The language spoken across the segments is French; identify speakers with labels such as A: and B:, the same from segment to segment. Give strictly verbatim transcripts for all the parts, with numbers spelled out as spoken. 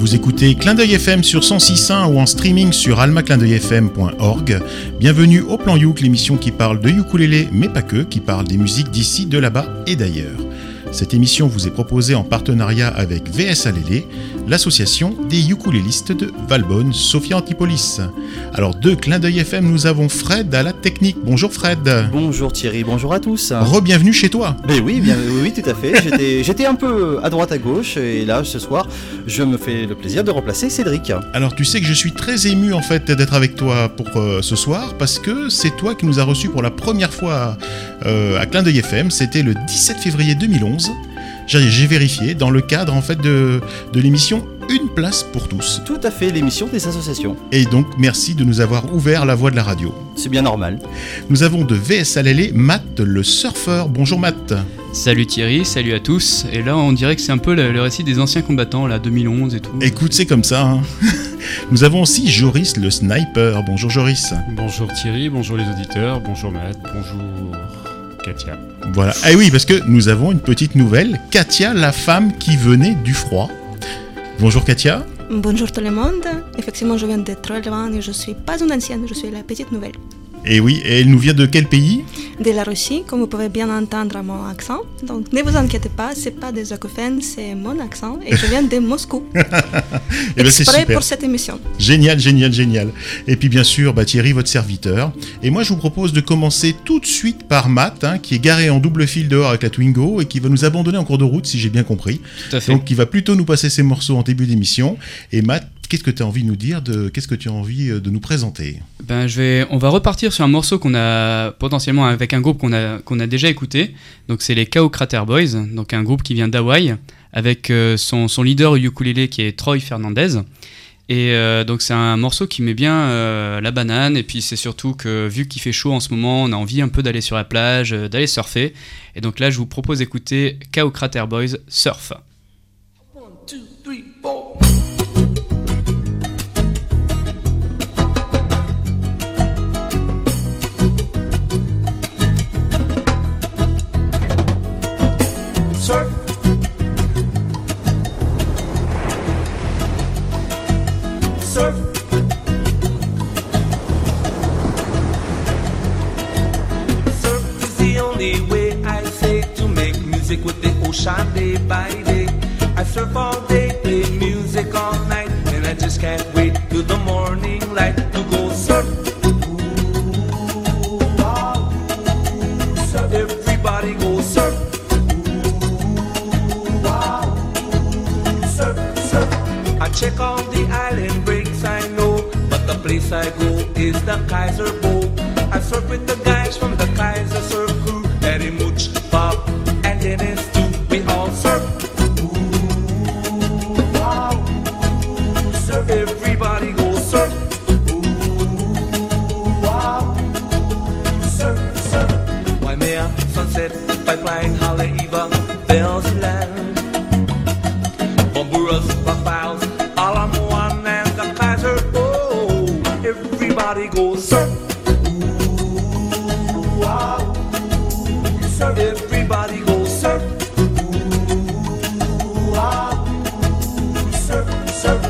A: Vous écoutez Clin d'œil F M sur cent six point un ou en streaming sur alma clin d'œil f m point org. Bienvenue au Plan Youk, l'émission qui parle de ukulélé, mais pas que, qui parle des musiques d'ici, de là-bas et d'ailleurs. Cette émission vous est proposée en partenariat avec V S Alélé, l'association des ukulélistes de Valbonne, Sophia Antipolis. Alors de Clin d'œil F M, nous avons Fred à la technique. Bonjour Fred.
B: Bonjour Thierry, bonjour à tous.
A: Re-bienvenue chez toi.
B: Mais oui, bien, oui, oui, tout à fait. J'étais, j'étais un peu à droite à gauche et là ce soir, je me fais le plaisir de remplacer Cédric.
A: Alors tu sais que je suis très ému en fait d'être avec toi pour euh, ce soir parce que c'est toi qui nous as reçus pour la première fois euh, à Clin d'œil F M. C'était le dix-sept février deux mille onze. J'ai, j'ai vérifié dans le cadre en fait de, de l'émission Une place pour tous.
B: Tout à fait, l'émission des associations.
A: Et donc merci de nous avoir ouvert la voie de la radio.
B: C'est bien normal.
A: Nous avons de V S Alélé Matt le surfeur. Bonjour Matt.
C: Salut Thierry, salut à tous. Et là on dirait que c'est un peu le, le récit des anciens combattants, là, deux mille onze et tout.
A: Écoute, c'est comme ça. Hein. Nous avons aussi Joris le sniper. Bonjour Joris.
D: Bonjour Thierry, bonjour les auditeurs, bonjour Matt, bonjour Katia.
A: Voilà. Ah oui, parce que nous avons une petite nouvelle. Katia, la femme qui venait du froid. Bonjour Katia.
E: Bonjour tout le monde. Effectivement, je viens de très loin et je suis pas une ancienne, je suis la petite nouvelle.
A: Et oui, et elle nous vient de quel pays ?
E: De la Russie, comme vous pouvez bien entendre à mon accent. Donc ne vous inquiétez pas, c'est pas des acouphènes, c'est mon accent et je viens de Moscou.
A: Et ben c'est
E: exprès
A: super.
E: Pour cette émission.
A: Génial, génial, génial. Et puis bien sûr, bah, Thierry, votre serviteur. Et moi, je vous propose de commencer tout de suite par Matt, hein, qui est garé en double fil dehors avec la Twingo et qui va nous abandonner en cours de route, si j'ai bien compris.
C: Tout à fait.
A: Donc, il va plutôt nous passer ses morceaux en début d'émission. Et Matt, qu'est-ce que tu as envie de nous dire de... Qu'est-ce que tu as envie de nous présenter ?
C: Ben, je vais... On va repartir sur un morceau qu'on a potentiellement avec un groupe qu'on a, qu'on a déjà écouté. Donc c'est les Chaos Crater Boys, donc un groupe qui vient d'Hawaï, avec euh, son, son leader ukulélé qui est Troy Fernandez. Et euh, donc c'est un morceau qui met bien euh, la banane, et puis c'est surtout que vu qu'il fait chaud en ce moment, on a envie un peu d'aller sur la plage, euh, d'aller surfer. Et donc là je vous propose d'écouter Chaos Crater Boys Surf.
F: One, two, three, four. Surf. Surf. Surf is the only way I say to make music with the ocean day by day. I surf all day, play music all night, and I just can't wait till the morning light to go surf. Ooh, wow. Surf. Everybody go surf. I check all the island breaks I know, but the place I go is the Kaiser Bowl. I surf with the guys from the Kaiser Surf Crew, Eddie Mooch, Bob, and Dennis too. We all surf. Ooh, wow. Surf. Everybody go surf. Ooh, wow. Surf, surf. Waimea, Sunset, Pipeline, Haleiwa, Bells Land, Bomburas, Bafiles, Alamoan and the Kaiser. Oh, everybody go surf. Ooh, wow. Surf. Everybody go surf. Ooh, wow. Surf, surf.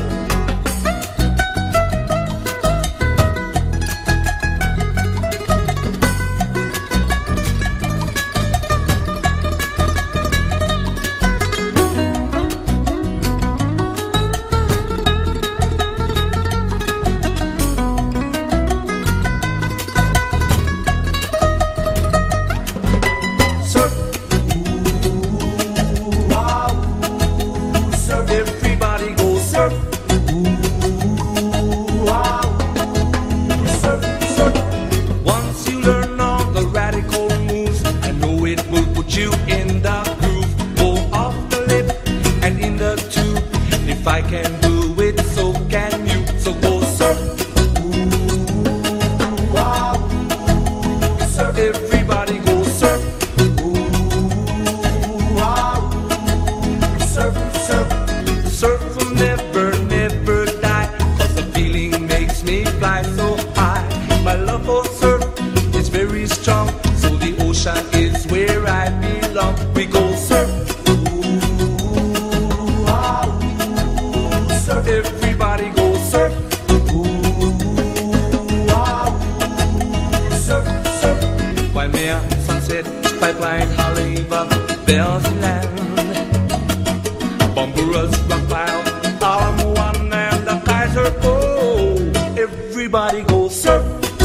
F: pipeline, Haleiwa, Belgiland. Bumburus, Rockpile, Alamo One, and the Kaiser, oh, everybody go surf.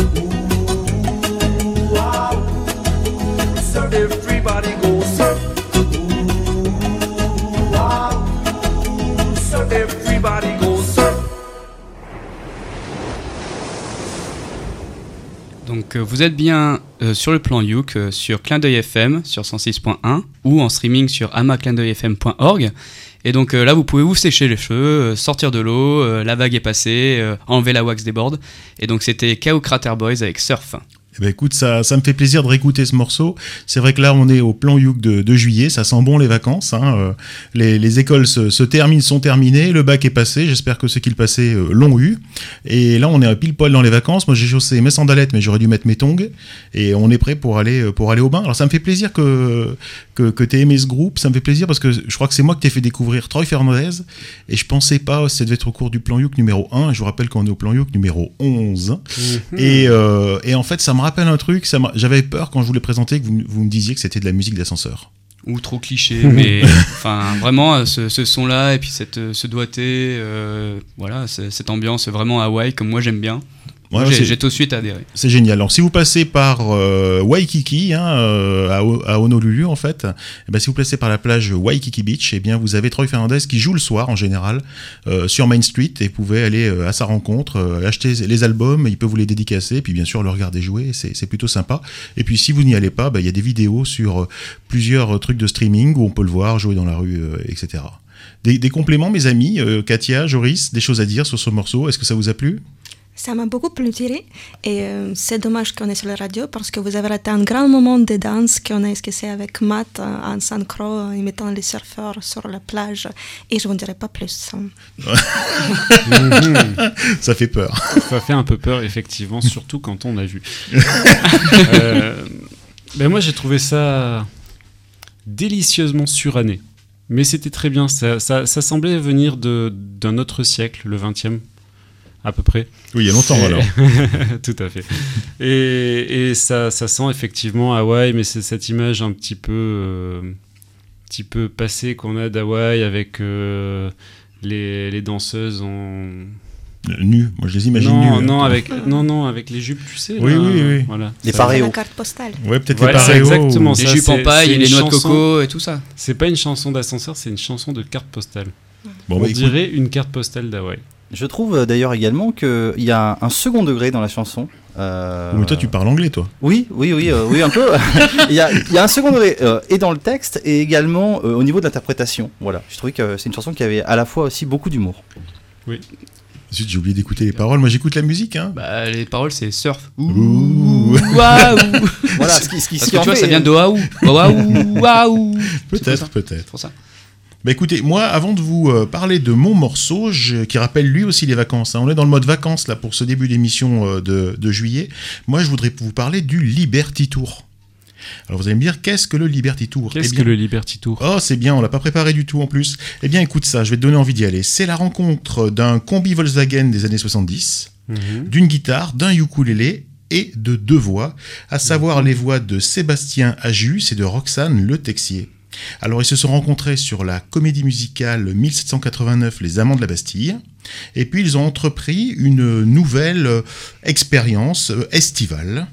F: Ooh, wow, surf, everybody go surf. Ooh, wow, surf, everybody go surf.
C: Donc euh, vous êtes bien euh, sur le plan Youk, euh, sur Clin d'œil F M, sur cent six point un, ou en streaming sur ama clin d'œil f m point org. Et donc euh, là, vous pouvez vous sécher les cheveux, euh, sortir de l'eau, euh, la vague est passée, euh, enlever la wax des boards. Et donc c'était Chaos Crater Boys avec Surf.
A: Eh ben écoute, ça, ça me fait plaisir de réécouter ce morceau. C'est vrai que là, on est au plan Youk de, de juillet, ça sent bon les vacances. Hein. Euh, les, les écoles se, se terminent, sont terminées, le bac est passé. J'espère que ceux qui le passaient euh, l'ont eu. Et là, on est pile poil dans les vacances. Moi, j'ai chaussé mes sandalettes, mais j'aurais dû mettre mes tongs. Et on est prêt pour aller pour aller au bain. Alors, ça me fait plaisir que que, que t'aies aimé ce groupe. Ça me fait plaisir parce que je crois que c'est moi qui t'ai fait découvrir Troy Fernandez. Et je pensais pas, ça devait être au cours du plan Youk numéro un. Et je vous rappelle qu'on est au plan Youk numéro onze. Mmh. Et, euh, et en fait, ça me rappelle un truc. Ça J'avais peur quand je vous l'ai présenté que vous, vous me disiez que c'était de la musique d'ascenseur.
C: Ou trop cliché, mais enfin vraiment ce, ce son-là et puis cette, ce doigté, euh, voilà, cette ambiance vraiment Hawaï comme moi j'aime bien.
A: Ouais,
C: j'ai, j'ai tout de suite adhéré.
A: C'est génial. Alors, si vous passez par euh, Waikiki, hein, euh, à, à Honolulu, en fait, eh ben, si vous passez par la plage Waikiki Beach, eh bien, vous avez Troy Fernandez qui joue le soir, en général, euh, sur Main Street, et vous pouvez aller euh, à sa rencontre, euh, acheter les albums, il peut vous les dédicacer, puis bien sûr, le regarder jouer, c'est, c'est plutôt sympa. Et puis, si vous n'y allez pas, il bah, y a des vidéos sur euh, plusieurs trucs de streaming où on peut le voir jouer dans la rue, euh, et cetera. Des, des compléments, mes amis, euh, Katia, Joris, des choses à dire sur ce morceau, est-ce que ça vous a plu ?
E: Ça m'a beaucoup plu et euh, c'est dommage qu'on est sur la radio parce que vous avez raté un grand moment de danse qu'on a esquissé avec Matt en synchro, imitant les surfeurs sur la plage et je vous dirai pas plus.
A: Ça fait peur.
D: Ça fait un peu peur effectivement, surtout quand on a vu. euh, ben moi j'ai trouvé ça délicieusement suranné, mais c'était très bien. Ça, ça, ça semblait venir de, d'un autre siècle, le vingtième. À peu près.
A: Oui, il y a longtemps
D: et...
A: alors.
D: Tout à fait. Et, et ça, ça sent effectivement Hawaï, mais c'est cette image un petit peu, euh, petit peu passée qu'on a d'Hawaï avec euh, les, les danseuses en...
A: Nues, moi je les imagine
D: non,
A: nues.
D: Non, avec, non, non, avec les jupes, tu sais.
A: Oui,
D: là,
A: oui, oui.
D: Voilà.
B: Les
E: c'est
B: paréos.
E: la carte postale.
A: Ouais, peut-être
D: ouais,
A: les paréos.
D: C'est exactement
C: les
D: ça.
C: jupes en paille et les noix de
D: chanson...
C: coco et tout ça.
D: C'est pas une chanson d'ascenseur, c'est une chanson de carte postale.
A: Bon,
D: On
A: bah,
D: dirait une carte postale d'Hawaï.
B: Je trouve euh, d'ailleurs également qu'il y a un second degré dans la chanson. Euh...
A: Mais toi, tu parles anglais, toi.
B: Oui, oui, oui, euh, oui, un peu. il, y a, il y a un second degré, euh, et dans le texte, et également euh, au niveau de l'interprétation. Voilà, je trouvais que c'est une chanson qui avait à la fois aussi beaucoup d'humour.
D: Oui.
A: Zut, j'ai oublié d'écouter les paroles. Moi, j'écoute la musique. Hein.
C: Bah, les paroles, c'est surf. Ouh,
A: Ouh.
C: waouh.
B: Voilà, ce qui, ce qui,
C: Parce
B: ce qui
C: que
B: en
C: tu vois,
B: fait,
C: ça vient de waouh, waouh, waouh.
A: Peut-être, peut-être.
C: C'est pour ça.
A: Bah écoutez, moi, avant de vous euh, parler de mon morceau, je, qui rappelle lui aussi les vacances, hein, on est dans le mode vacances là pour ce début d'émission euh, de, de juillet, moi je voudrais vous parler du Liberty Tour. Alors vous allez me dire, qu'est-ce que le Liberty Tour ?
D: Qu'est-ce
A: eh bien,
D: que le Liberty Tour ?
A: Oh, c'est bien, on l'a pas préparé du tout en plus. Eh bien écoute ça, je vais te donner envie d'y aller. C'est la rencontre d'un combi Volkswagen des années soixante-dix, mmh. d'une guitare, d'un ukulélé et de deux voix, à savoir mmh. les voix de Sébastien Ajus et de Roxane Le Texier. Alors ils se sont rencontrés sur la comédie musicale mille sept cent quatre-vingt-neuf Les Amants de la Bastille et puis ils ont entrepris une nouvelle euh, expérience euh, estivale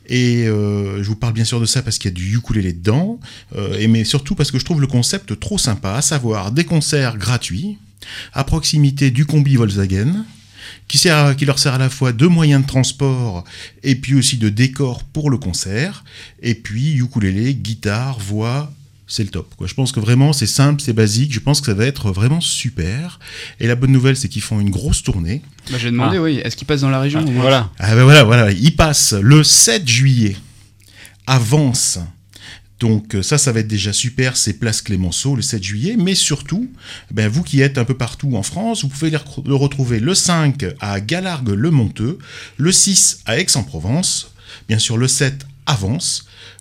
A: et euh, je vous parle bien sûr de ça parce qu'il y a du ukulélé dedans euh, et mais surtout parce que je trouve le concept trop sympa, à savoir des concerts gratuits à proximité du combi Volkswagen Qui, sert, qui leur sert à la fois de moyen de transport et puis aussi de décor pour le concert et puis ukulélé, guitare, voix, c'est le top, quoi. Je pense que vraiment c'est simple, c'est basique, je pense que ça va être vraiment super. Et la bonne nouvelle, c'est qu'ils font une grosse tournée.
C: Bah, j'ai demandé, ah. oui, est-ce qu'ils passent dans la région
D: ah,
C: ou
D: voilà.
A: Ah ben voilà, voilà, ils passent le sept juillet à Vence. Donc ça, ça va être déjà super, c'est Place Clémenceau le sept juillet, mais surtout, ben, vous qui êtes un peu partout en France, vous pouvez le retrouver le cinq à Galargues-le-Monteux, le six à Aix-en-Provence, bien sûr le sept à Vence,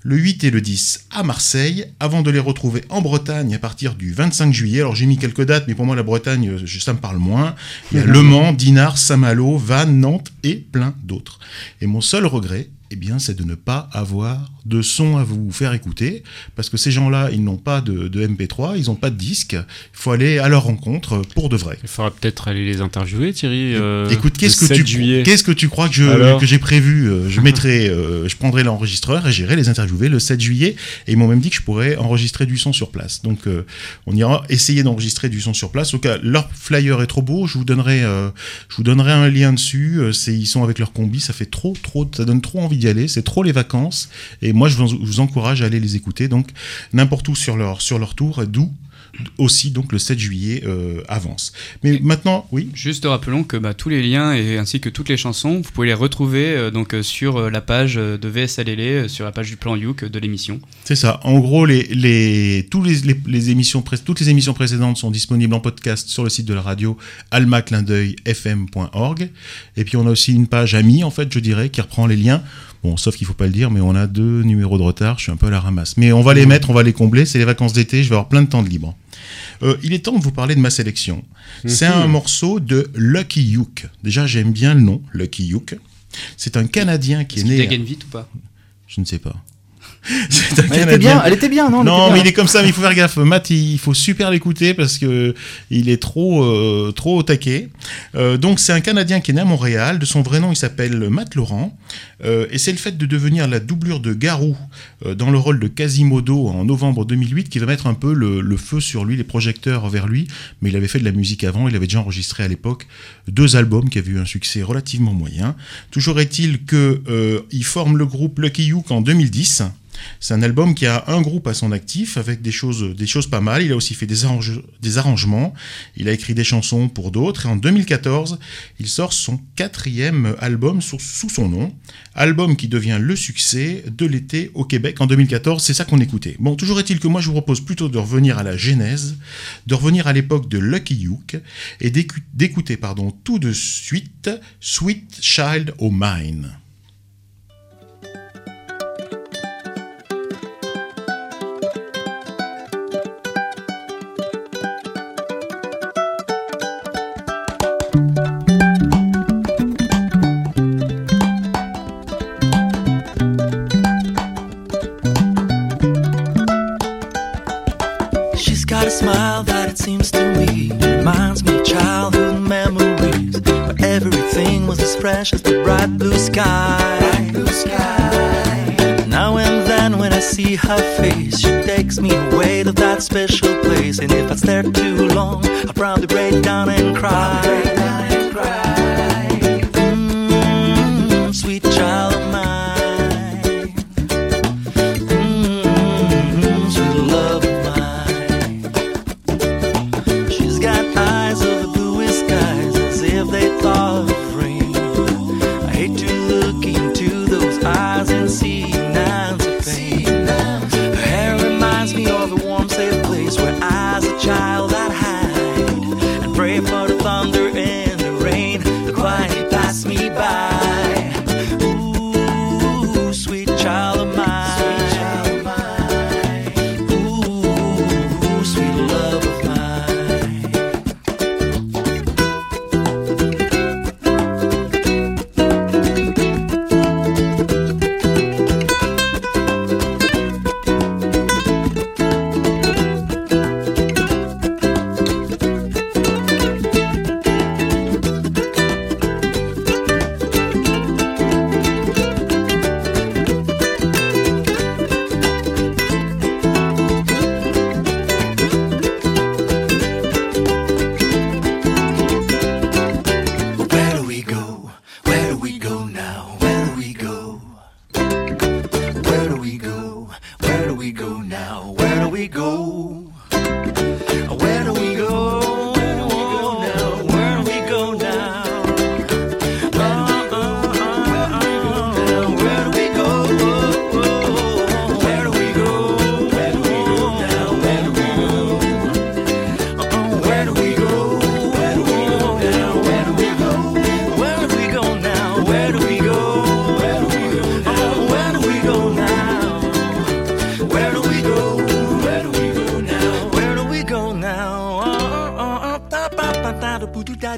A: le huit et le dix à Marseille, avant de les retrouver en Bretagne à partir du vingt-cinq juillet. Alors j'ai mis quelques dates, mais pour moi la Bretagne, ça me parle moins. Il y a Le Mans, Dinard, Saint-Malo, Vannes, Nantes et plein d'autres. Et mon seul regret, eh bien, c'est de ne pas avoir de son à vous faire écouter, parce que ces gens-là, ils n'ont pas de, de M P trois, ils n'ont pas de disque, il faut aller à leur rencontre pour de vrai.
D: Il faudra peut-être aller les interviewer, Thierry. Euh,
A: Écoute, qu'est-ce que, tu, qu'est-ce que tu crois que, je, que j'ai prévu euh, Je mettrai, euh, je prendrai l'enregistreur et j'irai les interviewer le sept juillet, et ils m'ont même dit que je pourrais enregistrer du son sur place. Donc, euh, on ira essayer d'enregistrer du son sur place. Au cas, leur flyer est trop beau, je vous donnerai, euh, je vous donnerai un lien dessus. Euh, c'est, ils sont avec leur combi, ça fait trop, trop, ça donne trop envie d'y aller, c'est trop les vacances, et moi je vous, vous encourage à aller les écouter, donc n'importe où sur leur, sur leur tour, d'où aussi donc le sept juillet euh, avance. Mais et maintenant, oui.
C: Juste rappelons que bah, tous les liens et ainsi que toutes les chansons, vous pouvez les retrouver euh, donc euh, sur euh, la page de V S L L, euh, sur la page du plan Youk de l'émission.
A: C'est ça. En gros, les les tous les, les, les émissions pré- toutes les émissions précédentes sont disponibles en podcast sur le site de la radio alma clin d'œil f m point org. Et puis on a aussi une page amis, en fait, je dirais, qui reprend les liens. Bon, sauf qu'il faut pas le dire, mais on a deux numéros de retard, je suis un peu à la ramasse. Mais on va les mettre, on va les combler, c'est les vacances d'été, je vais avoir plein de temps de libre. Euh, il est temps de vous parler de ma sélection. Mm-hmm. C'est un morceau de Lucky Youk. Déjà, j'aime bien le nom, Lucky Youk. C'est un Canadien qui
C: Est-ce
A: est né...
C: Est-ce qu'il dégaine vite ou pas ?
A: Je ne sais pas.
B: C'est un elle, était bien, elle était bien, non
A: Non,
B: bien.
A: Mais il est comme ça, mais il faut faire gaffe. Matt, il faut super l'écouter parce que il est trop, euh, trop au taquet. Euh, donc, c'est un Canadien qui est né à Montréal. De son vrai nom, il s'appelle Matt Laurent. Euh, et c'est le fait de devenir la doublure de Garou euh, dans le rôle de Quasimodo en novembre deux mille huit qui va mettre un peu le, le feu sur lui, les projecteurs vers lui. Mais il avait fait de la musique avant, il avait déjà enregistré à l'époque deux albums qui avaient eu un succès relativement moyen. Toujours est-il qu'il euh, forme le groupe Lucky Youk en deux mille dix. C'est un album qui a un groupe à son actif avec des choses, des choses pas mal. Il a aussi fait des, arrange- des arrangements. Il a écrit des chansons pour d'autres. Et en deux mille quatorze, il sort son quatrième album sous, sous son nom. Album qui devient le succès de l'été au Québec en deux mille quatorze. C'est ça qu'on écoutait. Bon, toujours est-il que moi, je vous propose plutôt de revenir à la genèse, de revenir à l'époque de Lucky Youk et d'écouter, d'écouter pardon, tout de suite Sweet Child O' Mine.
G: Smile that it seems to me reminds me of childhood memories where everything was as fresh as the bright blue sky. Bright blue sky. Now and then when I see her face, she takes me away to that special place. And if I stare too long, I'll probably break down and cry. Break down and cry. Mm, sweet child of mine. Child I'd hide and pray for the thunder and the rain, the quiet pass me by. Ooh, sweet child of mine, sweet child of mine. Ooh, sweet love of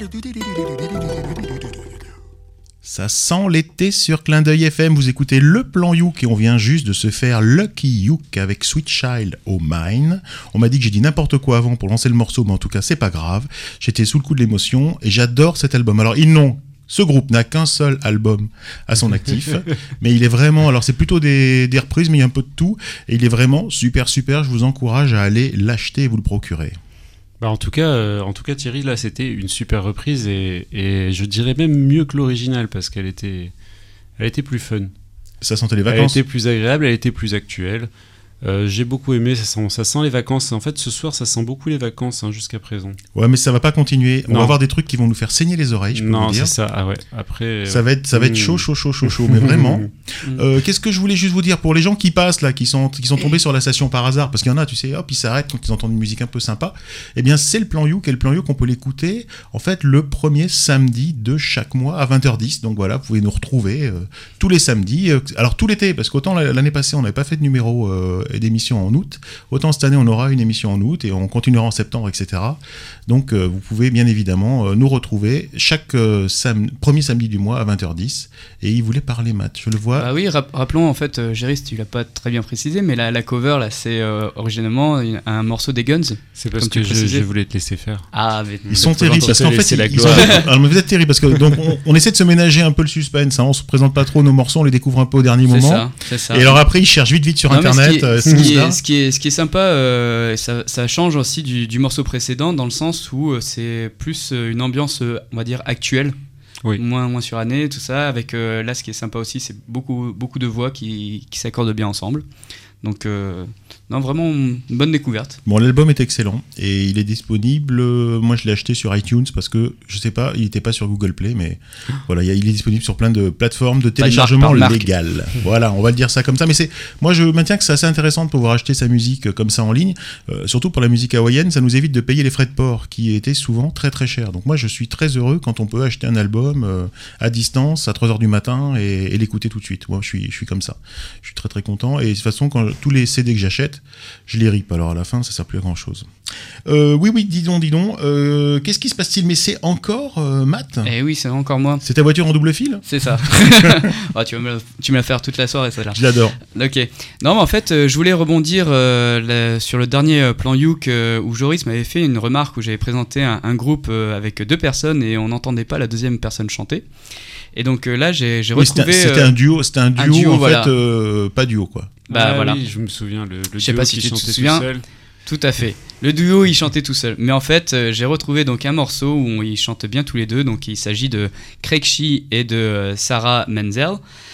A: Ça sent l'été sur Clin d'œil F M. Vous écoutez le plan Youk et on vient juste de se faire Lucky Youk avec Sweet Child O' Mine. On m'a dit que j'ai dit n'importe quoi avant pour lancer le morceau, mais en tout cas c'est pas grave. J'étais sous le coup de l'émotion et j'adore cet album. Alors ils n'ont Ce groupe n'a qu'un seul album à son actif, mais il est vraiment, alors c'est plutôt des, des reprises, mais il y a un peu de tout, et il est vraiment super super, je vous encourage à aller l'acheter et vous le procurer.
D: Bah en tout cas, euh, en tout cas Thierry, là c'était une super reprise, et, et je dirais même mieux que l'original, parce qu'elle était, elle était plus fun.
A: Ça sentait les vacances.
D: Elle était plus agréable, elle était plus actuelle. Euh, j'ai beaucoup aimé, ça sent, ça sent les vacances. En fait, ce soir, ça sent beaucoup les vacances hein, jusqu'à prést.
A: Ouais, mais ça va pas continuer. On
D: non.
A: va avoir des trucs qui vont nous faire saigner les oreilles, je peux
D: non,
A: vous dire.
D: Non, c'est ça. Ah ouais. Après,
A: ça va être, ça va être chaud, chaud, chaud, chaud, chaud. Mais vraiment. euh, qu'est-ce que je voulais juste vous dire pour les gens qui passent là, qui sont, qui sont tombés sur la station par hasard, parce qu'il y en a, tu sais, hop, ils s'arrêtent quand ils entendent une musique un peu sympa. Eh bien, c'est le plan Youk, et le plan Youk, on peut l'écouter. En fait, le premier samedi de chaque mois à vingt heures dix. Donc voilà, vous pouvez nous retrouver euh, tous les samedis. Euh, alors tout l'été, parce qu'autant l'année passée, on n'avait pas fait de numéro euh, et d'émission en août. Autant cette année on aura une émission en août et on continuera en septembre, et cetera. Donc euh, vous pouvez bien évidemment euh, nous retrouver chaque euh, sam- premier samedi du mois à vingt heures dix. Et il voulait parler Matt, je le vois.
C: Ah oui, rap- rappelons en fait, euh, Géris, tu l'as pas très bien précisé, mais la, la cover là c'est euh, originalement une, un morceau des Guns.
D: C'est parce que je, je voulais te laisser faire.
C: Ah, mais
A: ils sont terribles parce qu'en fait, ils, ils sont... Alors, vous êtes terribles parce que donc on, on essaie de se ménager un peu le suspense. Hein, on se présente pas trop nos morceaux, on les découvre un peu au dernier
C: c'est
A: moment.
C: Ça, c'est ça.
A: Et alors après, ils cherchent vite vite sur
C: non,
A: internet.
C: Ce qui,
A: euh,
C: ce, qui est, ce, qui est, ce qui est sympa, euh, ça, ça change aussi du, du morceau précédent dans le sens où euh, c'est plus euh, une ambiance, euh, on va dire, actuelle.
D: Oui.
C: Moins, moins surannée, tout ça. Avec euh, là, ce qui est sympa aussi, c'est beaucoup, beaucoup de voix qui, qui s'accordent bien ensemble. Donc, euh, non, vraiment une bonne découverte.
A: Bon, l'album est excellent et il est disponible. Euh, moi, je l'ai acheté sur iTunes parce que je sais pas, il n'était pas sur Google Play, mais voilà, il est disponible sur plein de plateformes de téléchargement légal. Voilà, on va le dire ça comme ça. Mais c'est, moi, je maintiens que c'est assez intéressant de pouvoir acheter sa musique comme ça en ligne, euh, surtout pour la musique hawaïenne. Ça nous évite de payer les frais de port qui étaient souvent très très chers. Donc moi, je suis très heureux quand on peut acheter un album euh, à distance à trois heures du matin et, et l'écouter tout de suite. Moi, je suis, je suis comme ça. Je suis très très content. Et de toute façon, quand tous les C D que j'achète, je les rip. Alors à la fin, ça sert plus à grand chose. Euh, oui, oui, dis donc, dis donc. Euh, qu'est-ce qui se passe-t-il? Mais c'est encore euh, Matt?
C: Eh oui, c'est encore moi.
A: C'est ta voiture en double fil?
C: C'est ça. oh, tu vas me la, tu me la faire toute la soirée, celle-là.
A: Je l'adore.
C: Ok. Non, mais en fait, euh, je voulais rebondir euh, la, sur le dernier euh, plan Youk euh, où Joris m'avait fait une remarque où j'avais présenté un, un groupe euh, avec deux personnes et on n'entendait pas la deuxième personne chanter. Et donc euh, là, j'ai, j'ai
A: oui,
C: retrouvé.
A: C'était, c'était
C: euh,
A: un duo, c'était un duo,
C: un duo
A: en
C: voilà.
A: fait, euh, pas duo quoi.
C: Bah
D: ah,
C: voilà.
D: Oui, je me souviens, le, le
C: je sais
D: duo
C: pas si
D: qui
C: tu te
D: chantait
C: souviens.
D: tout seul.
C: Tout à fait. Le duo, il chantait tout seul. Mais en fait, euh, j'ai retrouvé donc un morceau où on, ils chantent bien tous les deux. Donc il s'agit de Craig Shee et de euh, Sarah Menzel,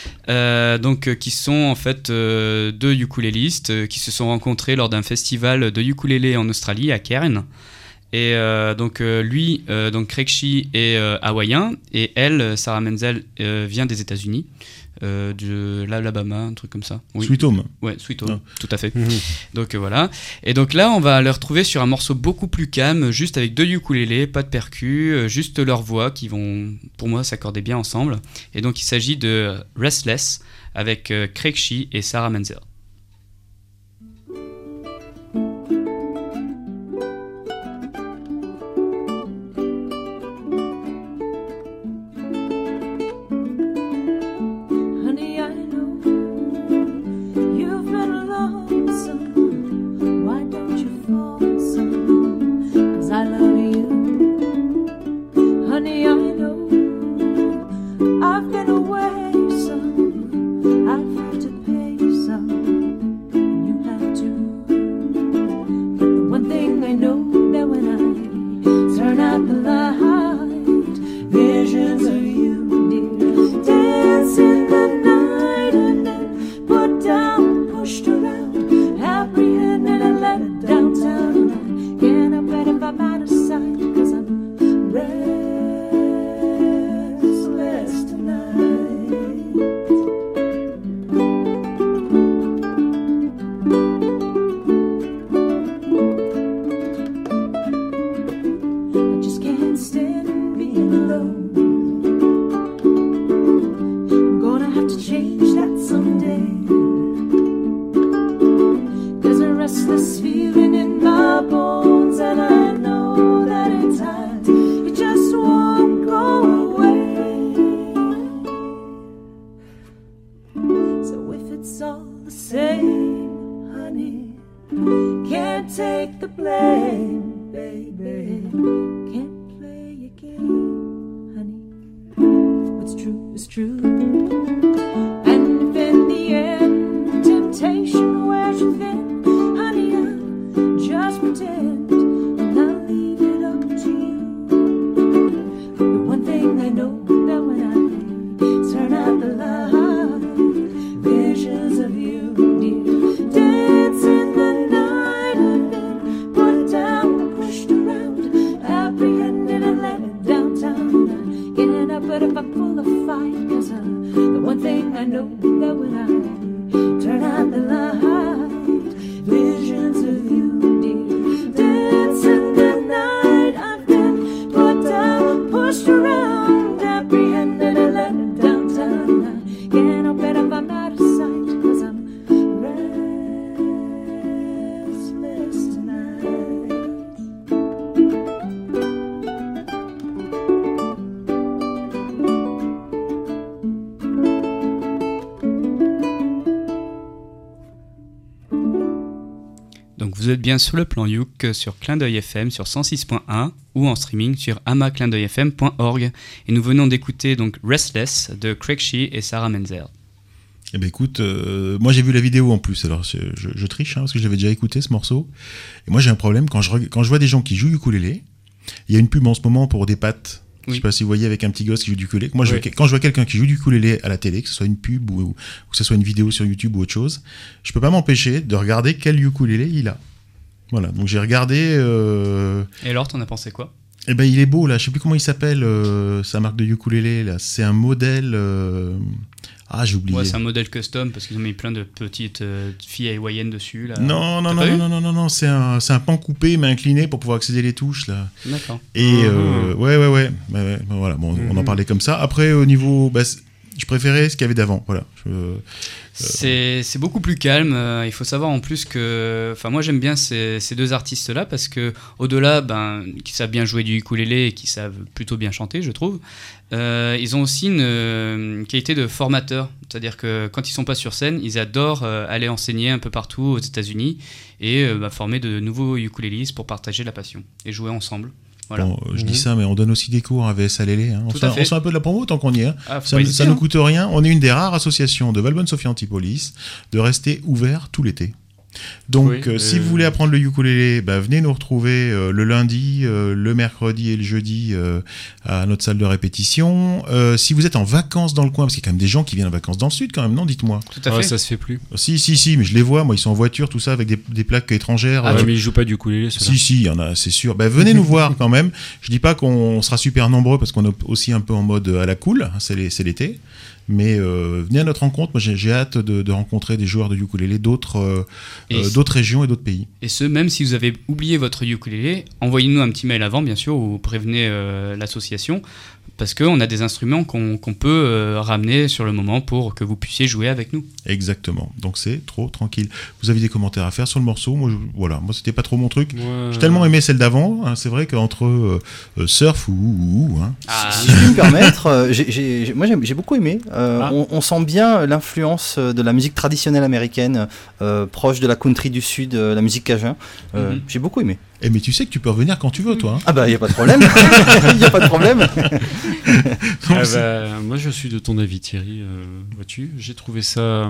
C: euh, donc euh, qui sont en fait euh, deux ukulélistes euh, qui se sont rencontrés lors d'un festival de ukulélé en Australie à Cairns. Et euh, donc euh, lui, euh, donc Craig Shee est euh, hawaïen et elle, Sarah Menzel, euh, vient des États-Unis. Euh, de l'Alabama, un truc comme ça. Oui.
A: Sweet Home.
C: Ouais, Sweet Home,
A: Oh.
C: tout à fait.
D: Mmh.
C: Donc euh, voilà. Et donc là, on va les retrouver sur un morceau beaucoup plus calme, juste avec deux ukulélés, pas de percus, euh, juste leurs voix qui vont, pour moi, s'accorder bien ensemble. Et donc il s'agit de Restless avec euh, Craig Shee et Sarah Menzel.
H: Feeling in my bones, and I know that it's hard. You just want it's all the same, honey. Can't take the blame, baby. Can't play your game, honey. What's true is true. And if in the end temptation wears you thin, honey, I'll just pretend and I'll leave it up to you. The one thing I know that when I turn out the light, visions of you, dear, dance in the night. I've been put down, pushed around, apprehended and led downtown. Getting up, but if I pull a fight, cause I'm the one thing I know that when I turn out the light, visions of you, dear, dance in the night. I've been put down, pushed around, apprehended and led downtown. Can't help it if I'm out of sight, cause I'm restless tonight.
C: Donc vous êtes bien sur le plan Youk sur Clin d'œil F M sur cent six point un ou en streaming sur ama clin d'œil f m point org. Et nous venons d'écouter donc Restless de Craig Shee et Sarah Menzel.
A: Eh ben écoute, euh, moi j'ai vu la vidéo en plus, alors je, je, je triche hein, parce que j'avais déjà écouté ce morceau. Et moi j'ai un problème quand je, quand je vois des gens qui jouent du ukulélé. Il y a une pub en ce moment pour des pattes. Oui. Je sais pas si vous voyez avec un petit gosse qui joue du ukulélé. Moi, je, oui. Quand je vois quelqu'un qui joue du ukulélé à la télé, que ce soit une pub ou, ou que ce soit une vidéo sur YouTube ou autre chose, je peux pas m'empêcher de regarder quel ukulélé il a. Voilà, donc j'ai regardé. Euh...
C: Et alors, t'en as pensé quoi ?
A: Eh ben, il est beau là. Je sais plus comment il s'appelle. Euh, sa marque de ukulélé là. C'est un modèle. Euh... Ah, j'ai oublié.
C: Ouais, c'est un modèle custom parce qu'ils ont mis plein de petites euh, filles hawaïennes dessus là.
A: Non, non, non, non, non, non, non, non, c'est un, c'est un pan coupé mais incliné pour pouvoir accéder les touches là.
C: D'accord.
A: Et mmh. euh, ouais, ouais, ouais, bah, ouais bah, voilà. Bon, mmh. on en parlait comme ça. Après, au niveau, bah, je préférais ce qu'il y avait d'avant. Voilà. Je, euh,
C: c'est, c'est beaucoup plus calme. Euh, il faut savoir en plus que, enfin, moi j'aime bien ces, ces deux artistes-là parce que au-delà, ben, qui savent bien jouer du ukulélé et qui savent plutôt bien chanter, je trouve. Euh, ils ont aussi une, une qualité de formateur, c'est-à-dire que quand ils sont pas sur scène, ils adorent euh, aller enseigner un peu partout aux États-Unis et euh, bah, former de nouveaux ukulélistes pour partager la passion et jouer ensemble. Voilà.
A: Bon, je mmh. dis ça, mais on donne aussi des cours à V S A Lélé. Hein. On, fait, on fait un peu de la promo tant qu'on y est. Hein.
C: Ah,
A: ça ne nous coûte rien. On est une des rares associations de Valbonne-Sophie Antipolis de rester ouvert tout l'été. Donc, oui, euh, euh... si vous voulez apprendre le ukulélé, bah, venez nous retrouver euh, le lundi, euh, le mercredi et le jeudi euh, à notre salle de répétition. Euh, si vous êtes en vacances dans le coin, parce qu'il y a quand même des gens qui viennent en vacances dans le sud, quand même, non ? Dites-moi.
C: Tout à fait.
D: Ouais, ça se fait plus.
A: Si, si, si, mais je les vois. Moi, ils sont en voiture, tout ça, avec des, des plaques étrangères.
D: Ah, euh... ouais, mais ils jouent pas du ukulélé, ceux-là.
A: Si, si, il y en a, c'est sûr. Bah, venez nous voir quand même. Je dis pas qu'on sera super nombreux parce qu'on est aussi un peu en mode à la cool. C'est, les, c'est l'été. Mais euh, venez à notre rencontre. Moi, j'ai, j'ai hâte de, de rencontrer des joueurs de ukulélé d'autres, euh, euh, d'autres régions et d'autres pays.
C: Et ce, même si vous avez oublié votre ukulélé, envoyez-nous un petit mail avant, bien sûr, ou prévenez euh, l'association, parce qu'on a des instruments qu'on, qu'on peut euh, ramener sur le moment pour que vous puissiez jouer avec nous.
A: Exactement. Donc c'est trop tranquille. Vous avez des commentaires à faire sur le morceau ? Moi, je, voilà, moi c'était pas trop mon truc.
D: Ouais.
A: J'ai tellement aimé celle d'avant. Hein, c'est vrai qu'entre euh, euh, surf ou, ou, ou hein.
B: Ah. Si je puis me permettre, euh, j'ai, j'ai, moi j'ai, j'ai beaucoup aimé. Euh, ah. on, on sent bien l'influence de la musique traditionnelle américaine, euh, proche de la country du sud, euh, la musique cajun. Euh, mm-hmm. J'ai beaucoup aimé.
A: Eh mais tu sais que tu peux revenir quand tu veux, toi. Hein.
B: Ah bah y a pas de problème. Y a pas de problème.
D: Ah bah, moi je suis de ton avis, Thierry. Euh, vois-tu, j'ai trouvé ça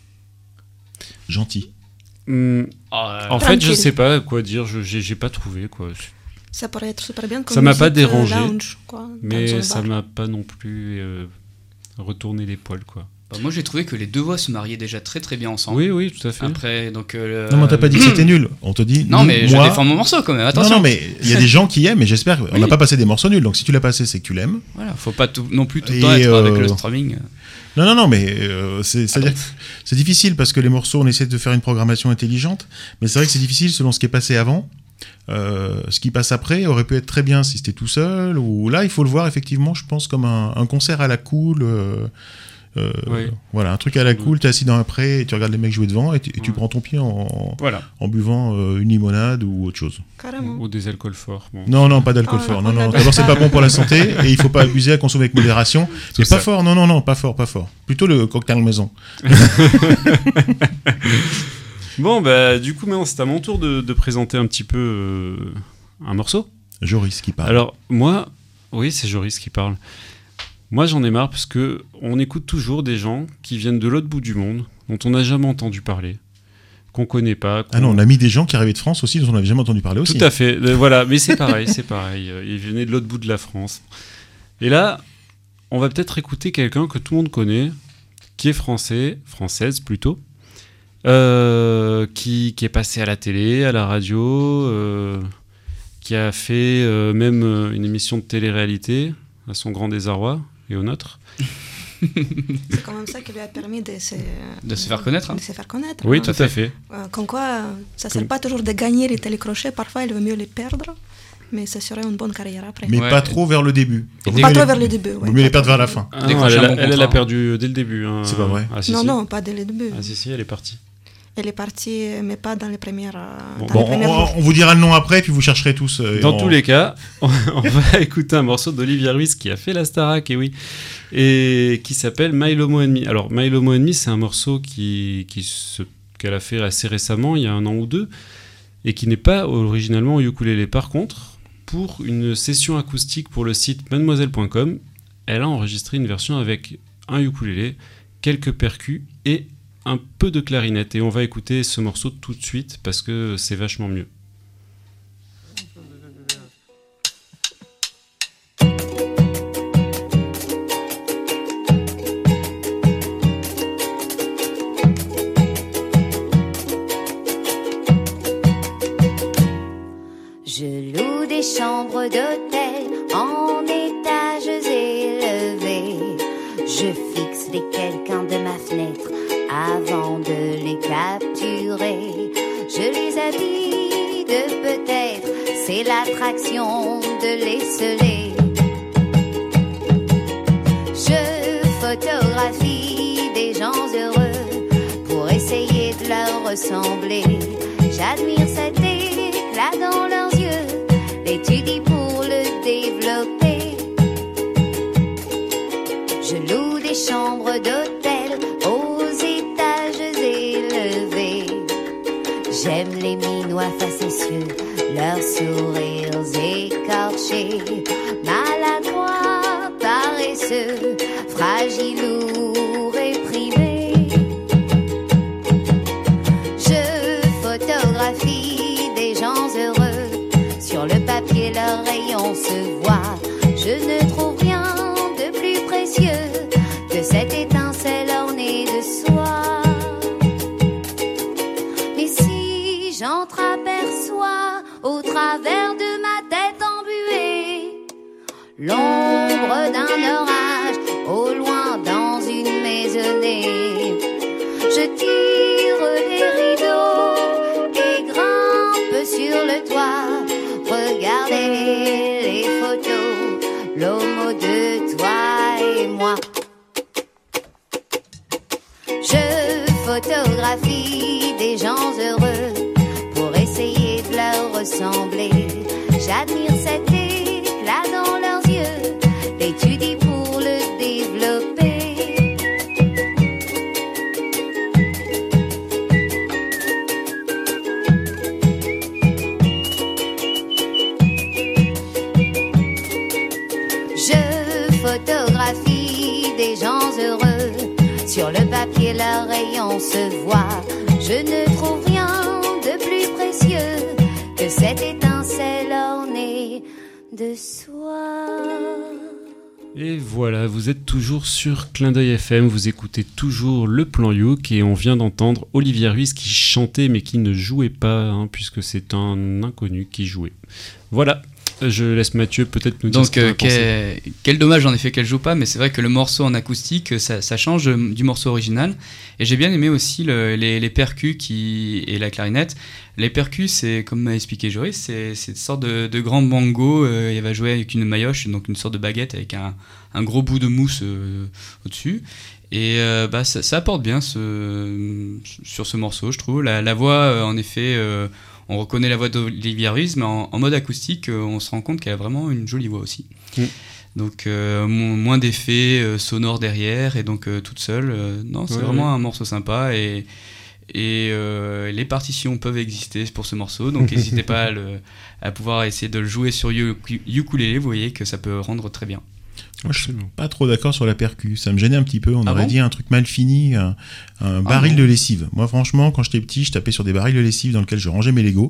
A: gentil.
D: Mmh. Euh, en fait, je sais pas quoi dire. Je, j'ai, j'ai pas trouvé quoi.
E: Ça pourrait être super bien. Comme
D: ça m'a pas dérangé,
E: lounge, quoi,
D: mais ça m'a pas non plus euh, retourné les poils, quoi.
C: Bah moi j'ai trouvé que les deux voix se mariaient déjà très très bien ensemble.
D: Oui oui tout à fait.
C: Après donc euh,
A: non mais on t'a pas dit que c'était nul. On te dit
C: non
A: nous,
C: mais
A: moi...
C: je défends mon morceau quand même. Attention.
A: Non non mais il y a des gens qui aiment et j'espère qu'on n'a oui. pas passé des morceaux nuls. Donc si tu l'as passé c'est que tu l'aimes.
C: Voilà, faut pas tout, non plus tout le temps être euh... avec le streaming.
A: Non non non mais euh, c'est c'est, ah, dire c'est difficile parce que les morceaux on essaie de faire une programmation intelligente, mais c'est vrai que c'est difficile selon ce qui est passé avant. Euh, ce qui passe après aurait pu être très bien si c'était tout seul ou là il faut le voir effectivement je pense comme un, un concert à la cool. Euh, Euh,
D: Oui.
A: Voilà, un truc à la cool, t'es assis dans un pré, et tu regardes les mecs jouer devant, et tu, et tu
D: Ouais.
A: prends ton pied en,
D: Voilà.
A: en buvant euh, une limonade ou autre chose.
E: Carrément.
D: Ou des alcools forts. Bon.
A: Non, non, pas d'alcool
E: Oh,
A: fort.
E: on
A: Non, non.
E: adore.
A: D'abord, c'est pas bon pour la santé, et il faut pas abuser à consommer avec modération.
D: Tout
A: Mais pas
D: ça.
A: fort, non, non, non, pas fort, pas fort. Plutôt le cocktail maison.
D: Bon, bah, du coup, maintenant, c'est à mon tour de, de présenter un petit peu euh, un morceau.
A: Joris qui parle.
D: Alors, moi, oui, c'est Joris qui parle. Moi, j'en ai marre parce que on écoute toujours des gens qui viennent de l'autre bout du monde, dont on n'a jamais entendu parler, qu'on connaît pas. qu'on-
A: Ah non, on a mis des gens qui arrivaient de France aussi, dont on n'avait jamais entendu parler aussi.
D: Tout à fait. Euh, voilà, mais c'est pareil, c'est pareil. Euh, Ils venaient de l'autre bout de la France. Et là, on va peut-être écouter quelqu'un que tout le monde connaît, qui est français, française plutôt, euh, qui, qui est passé à la télé, à la radio, euh, qui a fait euh, même euh, une émission de télé-réalité, à son grand désarroi et au nôtre.
E: C'est quand même ça qui lui a permis de se,
C: De se faire connaître, hein.
E: de se faire connaître.
D: Oui,
E: hein.
D: tout à fait.
E: Euh, Comme quoi, euh, ça ne
D: Comme-
E: sert pas toujours de gagner les télécrochets, parfois il vaut mieux les perdre, mais ça serait une bonne carrière après.
A: Mais
C: Ouais.
A: pas trop vers le début.
C: Et
A: Vaut
E: Pas
A: mieux
E: trop
A: les-
E: vers le début.
A: Vaut
E: ouais,
A: mieux les
E: pas
A: perdre vers
E: trop.
A: la fin.
D: Ah,
C: Décrocher
D: elle,
C: un
D: a-
C: bon
D: elle, elle a
C: contrat.
D: perdu dès le début. hein.
A: C'est pas vrai.
D: Ah, si,
E: Non,
D: si.
E: non, pas dès le début.
D: Ah si, si, elle est partie.
E: Elle est partie, mais pas dans les premières. euh,
D: Bon,
E: dans
A: Bon,
E: les
A: on,
E: premières
A: on- on vous dira le nom après, puis vous chercherez tous. euh,
D: Dans
A: en-
D: tous les cas, on, on va écouter un morceau d'Olivia Ruiz qui a fait la Starac, et oui, et qui s'appelle My Lomo Enemy. Alors, My Lomo Enemy, c'est un morceau qui, qui se- qu'elle a fait assez récemment, il y a un an ou deux, et qui n'est pas originalement au ukulélé. Par contre, pour une session acoustique pour le site mademoiselle point com, elle a enregistré une version avec un ukulélé, quelques percus et un peu de clarinette. Et on va écouter ce morceau tout de suite parce que c'est vachement mieux.
I: Je loue des chambres d'hôtel en étages élevés. Je fixe les quelqu'un de ma fenêtre avant de les capturer. Je les habille de peut-être, c'est l'attraction de les sceller. Je photographie des gens heureux pour essayer de leur ressembler. J'admire cet éclat dans leurs yeux, l'étudie pour le développer. Je loue des chambres d'hôtel aux étages élevés. J'aime les minois facétieux, leurs sourires écorchés, maladroits, paresseux, fragiles ou réprimés. Je photographie des gens heureux, sur le papier leurs rayons se voient. Je ne trouve rien de plus précieux que cette étincelle ornée de soie. Mais si j'entreaperçois au travers de ma tête embuée l'ombre d'un orage au loin dans une maisonnée, je tire les rideaux et grimpe sur le toit. Regardez les photos, l'homo de toi et moi. Je photographie des gens heureux pour essayer de leur ressembler. J'admire cet éclat dans leurs yeux, l'étudie pour le développer. Je photographie des gens heureux, sur le papier leurs rayons se voient. Je ne trouve rien de plus précieux que cette étincelle ornée de soie.
D: Et voilà, vous êtes toujours sur Clin d'œil F M, vous écoutez toujours le plan Youk et on vient d'entendre Olivia Ruiz qui chantait mais qui ne jouait pas, hein, puisque c'est un inconnu qui jouait. Voilà, je laisse Mathieu peut-être nous dire ce
C: Donc,
D: qu'il en
C: euh,
D: a pensé.
C: quel, quel dommage en effet qu'elle joue pas, mais c'est vrai que le morceau en acoustique, ça, ça change euh, du morceau original. Et j'ai bien aimé aussi le- les, les percus qui, et la clarinette. Les percus, c'est comme m'a expliqué Joris, c'est, c'est une sorte de, de grand bango. Euh, elle va jouer avec une maillotche, donc une sorte de baguette avec un, un gros bout de mousse euh, au-dessus. Et euh, bah, ça, ça apporte bien ce, sur ce morceau, je trouve. La, la voix, euh, en effet, euh, on reconnaît la voix d'Olivia Ruiz, mais en, en mode acoustique, euh, on se rend compte qu'elle a vraiment une jolie voix aussi. Mm. Donc euh, moins d'effets euh, sonores derrière, et donc euh, toute seule. Euh, non, c'est ouais, vraiment ouais. un morceau sympa, et, et euh, les partitions peuvent exister pour ce morceau, donc n'hésitez pas à, le, à pouvoir essayer de le jouer sur ukulélé, vous voyez que ça peut rendre très bien.
A: Moi, je suis pas trop d'accord sur la percu. Ça me gênait un petit peu. On ah aurait bon dit un truc mal fini, un, un baril ah bon de lessive. Moi, franchement, quand j'étais petit, je tapais sur des barils de lessive dans lesquels je rangeais mes Lego.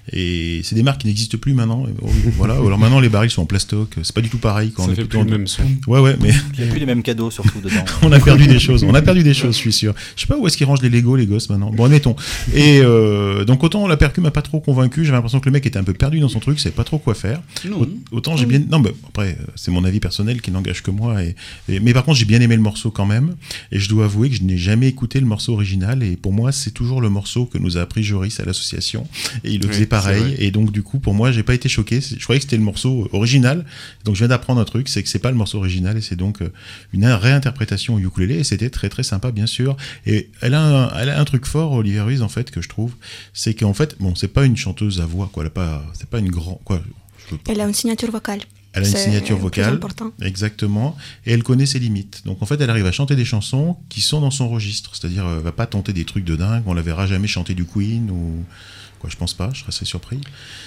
A: Et c'est des marques qui n'existent plus maintenant. Voilà. Alors maintenant, les barils sont en plastoc. C'est pas du tout pareil. Quand
D: ça
A: on
D: fait
A: est
D: plus le même son.
A: Ouais, ouais, mais
B: il n'y a plus les mêmes cadeaux surtout dedans.
A: On a perdu des choses. On a perdu des choses, je suis sûr. Je sais pas où est-ce qu'ils rangent les Lego, les gosses maintenant. Bon, admettons. Et euh, donc autant la percu m'a pas trop convaincu. J'avais l'impression que le mec était un peu perdu dans son truc. Savait pas trop quoi faire. Non. Autant j'ai bien. Non, mais après, c'est mon avis personnel qui n'engage que moi. Et Et, mais par contre, j'ai bien aimé le morceau quand même, et je dois avouer que je n'ai jamais écouté le morceau original, et pour moi, c'est toujours le morceau que nous a appris Joris à l'association, et il le faisait oui, pareil, et donc du coup, pour moi, j'ai pas été choqué, je croyais que c'était le morceau original, donc je viens d'apprendre un truc, c'est que c'est pas le morceau original, et c'est donc une réinterprétation au ukulélé, et c'était très très sympa, bien sûr, et elle a un, elle a un truc fort, Olivia Ruiz, en fait, que je trouve, c'est qu'en fait, bon, c'est pas une chanteuse à voix, quoi, elle a pas, c'est pas une grande, quoi.
E: Elle a une signature vocale.
A: Elle a une c'est signature vocale, exactement, et elle connaît ses limites. Donc en fait, elle arrive à chanter des chansons qui sont dans son registre, c'est-à-dire elle va pas tenter des trucs de dingue, on la verra jamais chanter du Queen ou quoi, je pense pas, je serais assez surpris.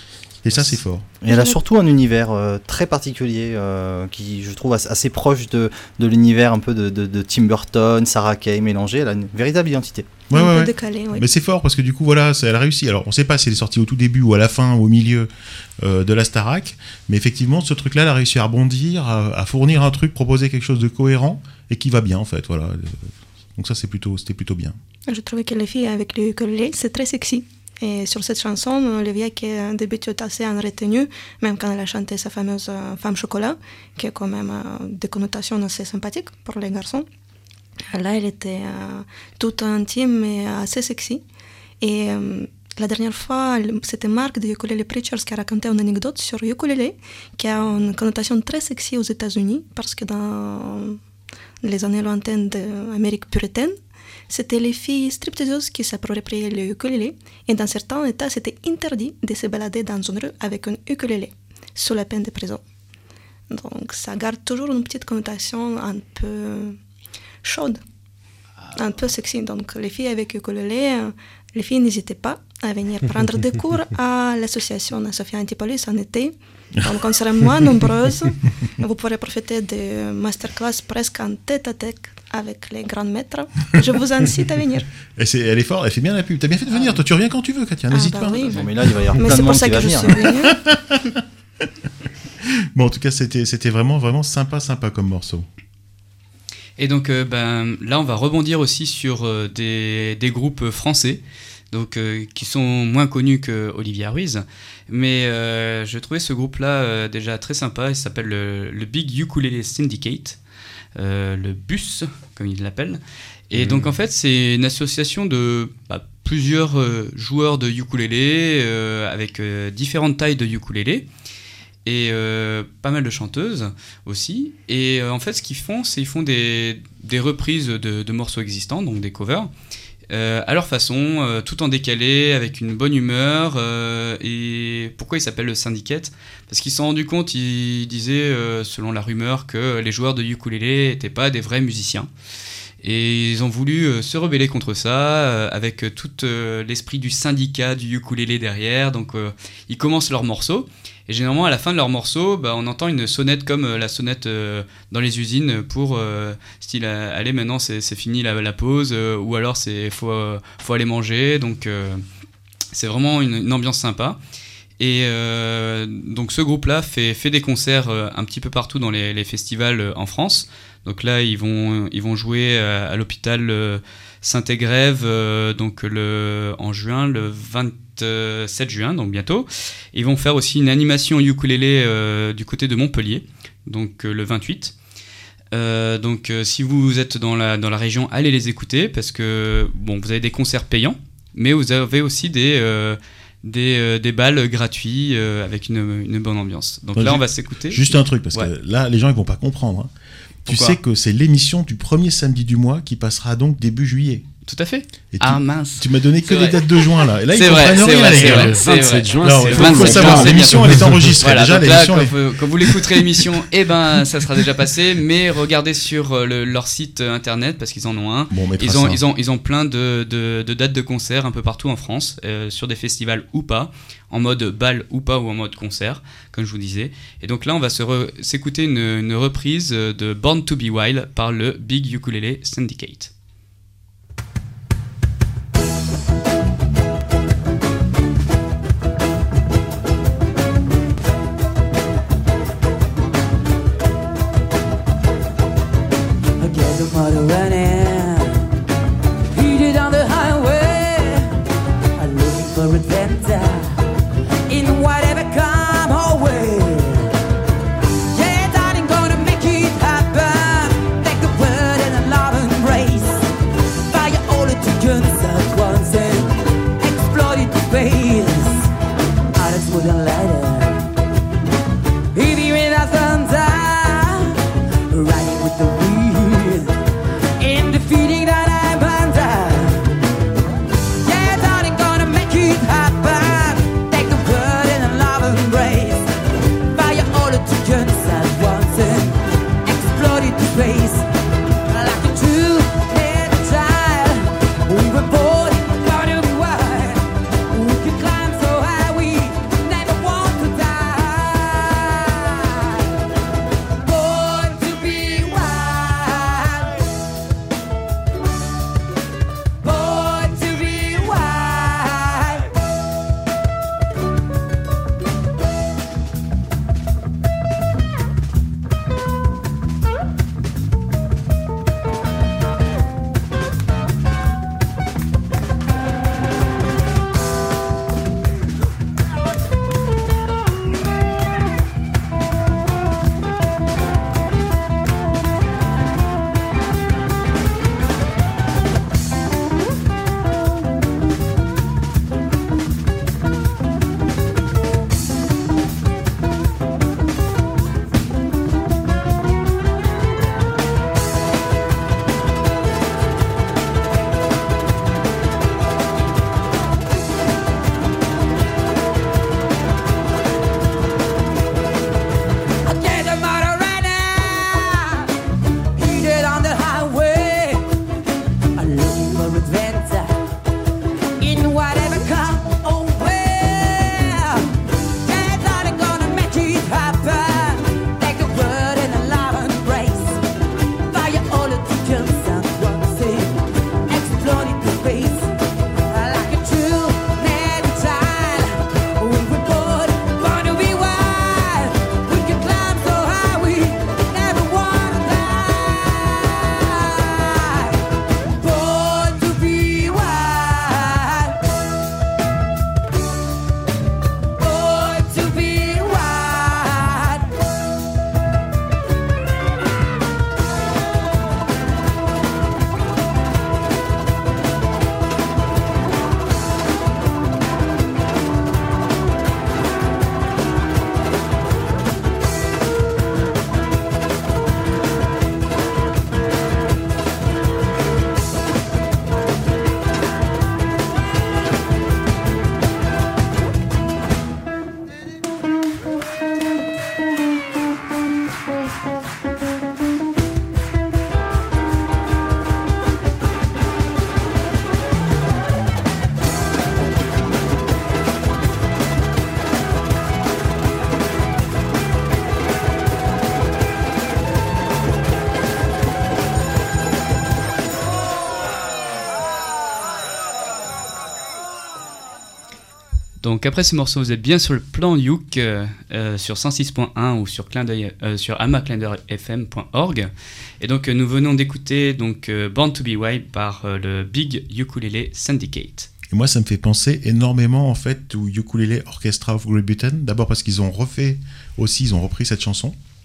A: Et ça, c'est fort.
B: Et elle a surtout un univers euh, très particulier euh, qui, je trouve, assez proche de, de l'univers un peu de, de, de Tim Burton, Sarah Kay mélangé. Elle a une véritable identité.
A: Ouais,
E: un
A: ouais,
E: peu
A: ouais.
E: décalé, oui.
A: Mais c'est fort parce que du coup, voilà, ça, elle a réussi. Alors, on ne sait pas si elle est sortie au tout début ou à la fin ou au milieu euh, de la Starac, mais effectivement, ce truc-là, elle a réussi à rebondir, à, à fournir un truc, proposer quelque chose de cohérent et qui va bien, en fait. Voilà. Donc ça, c'est plutôt, c'était plutôt bien.
E: Je trouvais que les filles avec le ukulélé, c'est très sexy. Et sur cette chanson, Olivia, qui est d'habitude assez en retenue, même quand elle a chanté sa fameuse euh, Femme Chocolat, qui a quand même euh, des connotations assez sympathiques pour les garçons, là, elle était euh, toute intime et assez sexy. Et euh, la dernière fois, c'était Marc de Ukulele Preachers qui a raconté une anecdote sur ukulélé, qui a une connotation très sexy aux États-Unis, parce que dans les années lointaines d'Amérique puritaine, c'était les filles stripteaseuses qui s'appropriaient le ukulélé, et dans certains États, c'était interdit de se balader dans une rue avec un ukulélé, sous la peine de prison. Donc ça garde toujours une petite connotation un peu chaude, un peu sexy. Donc les filles avec ukulélé, les filles n'hésitaient pas à venir prendre des cours à l'association Sophia Antipolis en été. Donc on sera moins nombreuses. Vous pourrez profiter de masterclass presque en tête-à-tête avec les grands maîtres. Je vous incite à venir.
A: Et c'est, elle est forte, elle fait bien la pub. T'as bien fait de venir. Toi, tu reviens quand tu veux, Katia. N'hésite
E: ah bah
A: pas.
E: Oui,
B: non, mais là, il va y avoir
E: mais
B: plein de monde qui va
E: venir.
B: C'est pour ça que je suis
E: venue.
A: Bon, en tout cas, c'était, c'était vraiment, vraiment sympa, sympa comme morceau.
C: Et donc, euh, ben, là, on va rebondir aussi sur euh, des, des groupes français. Donc, euh, qui sont moins connus que Olivia Ruiz, mais euh, je trouvais ce groupe-là euh, déjà très sympa. Il s'appelle le, le Big Ukulele Syndicate, euh, le B U S comme ils l'appellent. Et mmh. donc en fait, c'est une association de bah, plusieurs euh, joueurs de ukulélé euh, avec euh, différentes tailles de ukulélé et euh, pas mal de chanteuses aussi. Et euh, en fait, ce qu'ils font, c'est qu'ils font des, des reprises de, de morceaux existants, donc des covers. Euh, à leur façon, euh, tout en décalé, avec une bonne humeur. Euh, et pourquoi ils s'appellent le Syndicate ? Parce qu'ils se sont rendus compte, ils disaient, euh, selon la rumeur, que les joueurs de ukulélé n'étaient pas des vrais musiciens. Et ils ont voulu euh, se rebeller contre ça, euh, avec euh, tout euh, l'esprit du syndicat du ukulélé derrière. Donc euh, ils commencent leur morceau. Et généralement, à la fin de leur morceau, bah, on entend une sonnette comme euh, la sonnette euh, dans les usines pour euh, style euh, allez, maintenant c'est, c'est fini la, la pause, euh, ou alors c'est faut, euh, faut aller manger. Donc euh, c'est vraiment une, une ambiance sympa. Et euh, donc ce groupe-là fait, fait des concerts euh, un petit peu partout dans les, les festivals euh, en France. Donc là, ils vont, ils vont jouer à, à l'hôpital euh, Saint-Égrève euh, donc le, en juin, le vingt-sept juin, donc bientôt. Ils vont faire aussi une animation ukulélé euh, du côté de Montpellier, donc euh, le vingt-huit. Euh, donc euh, si vous êtes dans la, dans la région, allez les écouter, parce que bon, vous avez des concerts payants, mais vous avez aussi des... Euh, Des, euh, des balles gratuits euh, avec une, une bonne ambiance. Donc
A: ouais,
C: là, on va s'écouter.
A: Juste un truc, parce
C: ouais.
A: que là, les gens ils vont pas comprendre. Hein. Tu sais que c'est l'émission du premier samedi du mois qui passera donc début juillet.
C: Tout à fait.
A: Et
C: ah
A: tu,
C: mince.
A: Tu m'as donné que
C: c'est
A: des
C: vrai.
A: dates de juin là. Et là,
C: c'est
A: ils
C: vrai,
A: comprennent
C: c'est
A: rien,
C: vrai,
A: les
C: c'est
A: gars.
C: vrai,
D: Le
C: c'est
D: vingt-sept
C: vrai.
D: juin,
A: Alors,
D: c'est
A: il faut,
C: vingt-sept
A: faut
C: juin,
A: savoir,
C: c'est
A: l'émission
C: bientôt.
A: elle est enregistrée.
C: Voilà,
A: Déjà,
C: donc là,
A: l'émission
C: quand,
A: elle est...
C: vous, quand vous l'écouterez l'émission, eh ben, ça sera déjà passé. Mais regardez sur euh, le, leur site euh, internet parce qu'ils en ont un.
A: Bon, on mettra
C: Ils ont,
A: ça.
C: ils ont, ils ont plein de, de, de dates de concerts un peu partout en France, euh, sur des festivals ou pas, en mode bal ou pas ou en mode concert, comme je vous disais. Et donc là, on va se re- s'écouter une, une reprise de Born to Be Wild par le Big Ukulele Syndicate.
H: Get the motor running, heated on the highway. I'm looking for adventure in whatever come our way. Yeah, darling, gonna make it happen. Take the word and a love embrace. Fire all the guns at once and explode it to space. Alex wouldn't let it. If you in a thunder, riding with the wind. In defeating that I'm under. Yeah, darling, gonna make it happen. Take the word and a love embrace. Fire all the guns at once and explode it to space. Like a true little child, we were born born to be wild. We can climb so high we never want to die. Born to be wild. Born to be wild. I get the motor running, heated on the highway. I'm looking for adventure in whatever come our way. Yeah, darling, gonna make it happen. Take a word and a love embrace. Fire all the guns at once and explode it to space. Like a true little child, we were born, born to be wild. We can climb so high we never wanna die. Born to be wild. Born to be wild.
C: Donc après ce morceau, vous êtes bien sur le plan Youk, euh, euh, sur cent six point un ou sur, clin d'œil, euh, sur amaclinder f m point org. Et donc euh, nous venons d'écouter donc, euh, Born to be Wild par euh, le Big Ukulele Syndicate.
A: Et moi, ça me fait penser énormément en fait au Ukulele Orchestra of Great Britain. D'abord parce qu'ils ont refait aussi, ils ont repris cette chanson.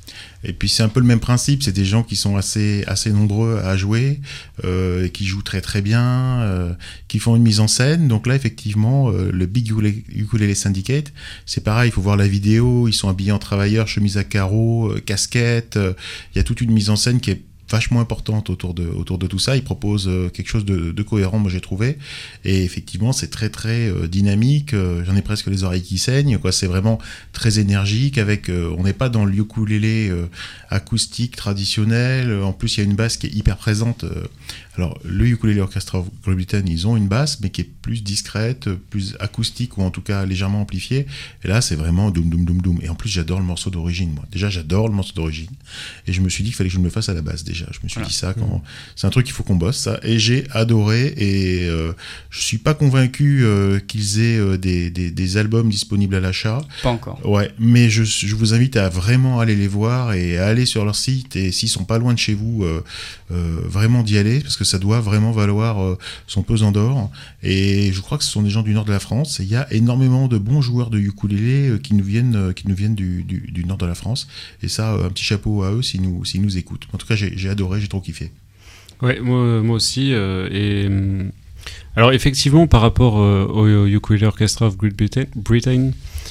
A: Et puis c'est un peu le même principe, c'est des gens qui sont assez, assez nombreux à jouer, euh, et qui jouent très très bien, euh, qui font une mise en scène. Donc là effectivement, euh, le Big Ukulele Syndicate, c'est pareil, il faut voir la vidéo, ils sont habillés en travailleurs, chemise à carreaux, euh, casquette, il euh, y a toute une mise en scène qui est vachement importante autour de, autour de tout ça. Ils proposent euh, quelque chose de, de cohérent, moi j'ai trouvé, et effectivement c'est très très euh, dynamique, euh, j'en ai presque les oreilles qui saignent, quoi. C'est vraiment très énergique, avec, euh, on n'est pas dans le ukulélé euh, acoustique traditionnel, en plus il y a une basse qui est hyper présente. euh, alors le Ukulele Orchestra of Great Britain, ils ont une basse mais qui est plus discrète, plus acoustique, ou en tout cas légèrement amplifiée, et là c'est vraiment doum doum doum doum, et en plus j'adore le morceau d'origine, moi déjà j'adore le morceau d'origine, et je me suis dit qu'il fallait que je me le fasse à la base déjà. Je me suis voilà. dit ça, quand... c'est un truc qu'il faut qu'on bosse, ça, et j'ai adoré, et euh, je suis pas convaincu euh, qu'ils aient euh, des, des, des albums disponibles à l'achat.
C: Pas encore.
A: Ouais, mais je, je vous invite à vraiment aller les voir et à aller sur leur site, et s'ils sont pas loin de chez vous, euh, euh, vraiment d'y aller, parce que ça doit vraiment valoir euh, son pesant d'or. Et je crois que ce sont des gens du nord de la France, et il y a énormément de bons joueurs de ukulélé euh, qui nous viennent, euh, qui nous viennent du, du, du nord de la France, et ça, euh, un petit chapeau à eux s'ils nous, s'ils nous écoutent. En tout cas, j'ai, j'ai adoré, j'ai trop kiffé.
D: Ouais, moi, moi aussi. Euh, et alors effectivement, par rapport euh, au Ukulele Orchestra of Great Britain, Britain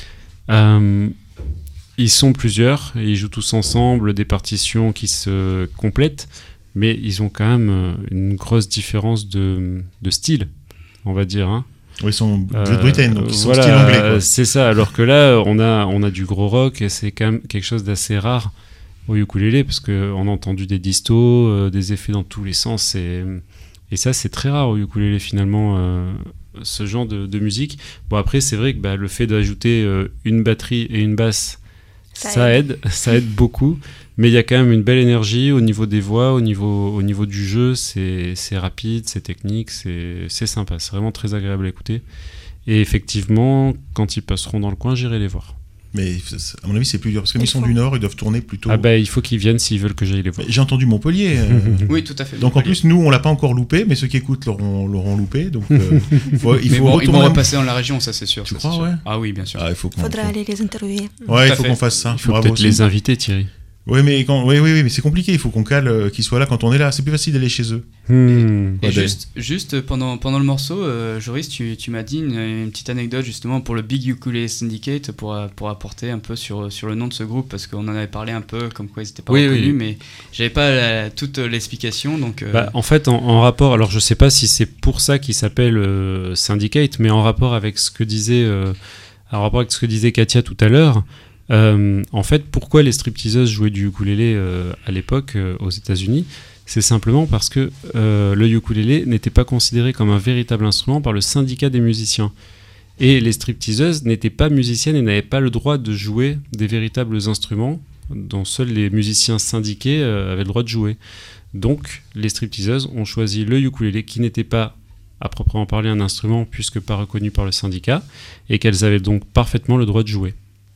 D: euh, ils sont plusieurs, et ils jouent tous ensemble, des partitions qui se complètent, mais ils ont quand même une grosse différence de, de style, on va dire. Hein.
A: Oui, ils sont Great Britain, donc ils sont
D: voilà,
A: style anglais, quoi.
D: C'est ça, alors que là, on a, on a du gros rock, et c'est quand même quelque chose d'assez rare au ukulélé, parce qu'on a entendu des distos, euh, des effets dans tous les sens, et, et ça c'est très rare au ukulélé finalement, euh, ce genre de, de musique. Bon, après c'est vrai que bah, le fait d'ajouter euh, une batterie et une basse, ça, ça aide. aide, ça aide beaucoup, mais il y a quand même une belle énergie au niveau des voix, au niveau, au niveau du jeu, c'est, c'est rapide, c'est technique, c'est, c'est sympa, c'est vraiment très agréable à écouter, et effectivement quand ils passeront dans le coin, j'irai les voir.
A: Mais à mon avis c'est plus dur, parce que comme ils sont du Nord, ils doivent tourner plutôt...
D: Ah bah il faut qu'ils viennent s'ils veulent que j'aille les voir.
A: J'ai entendu Montpellier. Euh...
C: oui, tout à fait.
A: Donc
C: Montpellier.
A: En plus, nous on l'a pas encore loupé, mais ceux qui écoutent l'auront, l'auront loupé, donc euh, faut, il
C: mais
A: faut
C: bon,
A: retourner...
C: Ils vont repasser dans la région, ça c'est sûr.
A: Tu
C: ça,
A: crois,
C: sûr.
A: ouais.
C: Ah oui, bien sûr.
A: Ah, il faut qu'on...
E: Faudra
A: faut...
E: aller les interviewer.
A: Ouais, il faut
C: fait.
A: qu'on fasse ça.
D: Il faut
A: Bravo,
D: peut-être
A: c'est...
D: les inviter, Thierry.
A: Oui, mais, quand... oui, oui, oui, mais c'est compliqué, il faut qu'on cale euh, qu'ils soient là quand on est là, c'est plus facile d'aller chez eux.
D: Hmm.
C: Et, et juste, juste pendant, pendant le morceau, euh, Joris, tu, tu m'as dit une, une petite anecdote justement pour le Big Ukulele Syndicate, pour, pour apporter un peu sur, sur le nom de ce groupe, parce qu'on en avait parlé un peu, comme quoi ils n'étaient pas
D: oui,
C: reconnus,
D: oui.
C: mais j'avais pas la, toute l'explication. Donc, euh...
D: bah, en fait, en, en rapport, alors je sais pas si c'est pour ça qu'il s'appelle euh, Syndicate, mais en rapport avec ce que disait, euh, en rapport avec ce que disait Katia tout à l'heure. Euh, en fait, pourquoi les stripteaseuses jouaient du ukulélé euh, à l'époque euh, aux États-Unis ? C'est simplement parce que euh, le ukulélé n'était pas considéré comme un véritable instrument par le syndicat des musiciens. Et les stripteaseuses n'étaient pas musiciennes et n'avaient pas le droit de jouer des véritables instruments dont seuls les musiciens syndiqués euh, avaient le droit de jouer. Donc, les stripteaseuses ont choisi le ukulélé, qui n'était pas à proprement parler un instrument puisque pas reconnu par le syndicat, et qu'elles avaient donc parfaitement le droit de jouer.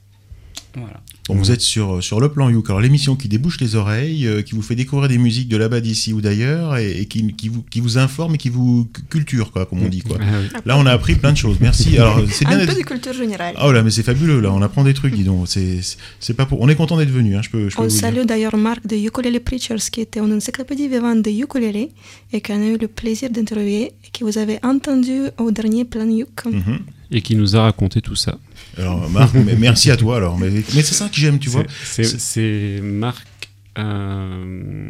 C: Voilà.
A: Bon, vous êtes sur, sur le plan Youk, alors l'émission qui débouche les oreilles, euh, qui vous fait découvrir des musiques de là-bas, d'ici ou d'ailleurs, et, et qui, qui, vous, qui vous informe et qui vous culture, quoi, comme on dit, quoi.
D: Ah oui.
A: Là, on a appris plein de choses. Merci. Alors, c'est bien
E: Un
A: d'être...
E: peu de culture générale.
A: Oh là, mais c'est fabuleux, là, on apprend des trucs, dis donc. C'est, c'est, c'est pas pour... On est content d'être venu, hein, je peux, je peux
E: On
A: vous
E: salue
A: dire.
E: d'ailleurs Marc de Ukulele Preachers, qui était une encyclopédie vivante de ukulélé et qu'on a eu le plaisir d'interviewer et que vous avez entendu au dernier plan Youk.
A: Mm-hmm.
D: Et qui nous a raconté tout ça.
A: Alors Marc, merci à toi alors. Mais, mais c'est ça que j'aime, tu
D: c'est,
A: vois.
D: C'est, c'est... c'est Marc. Euh...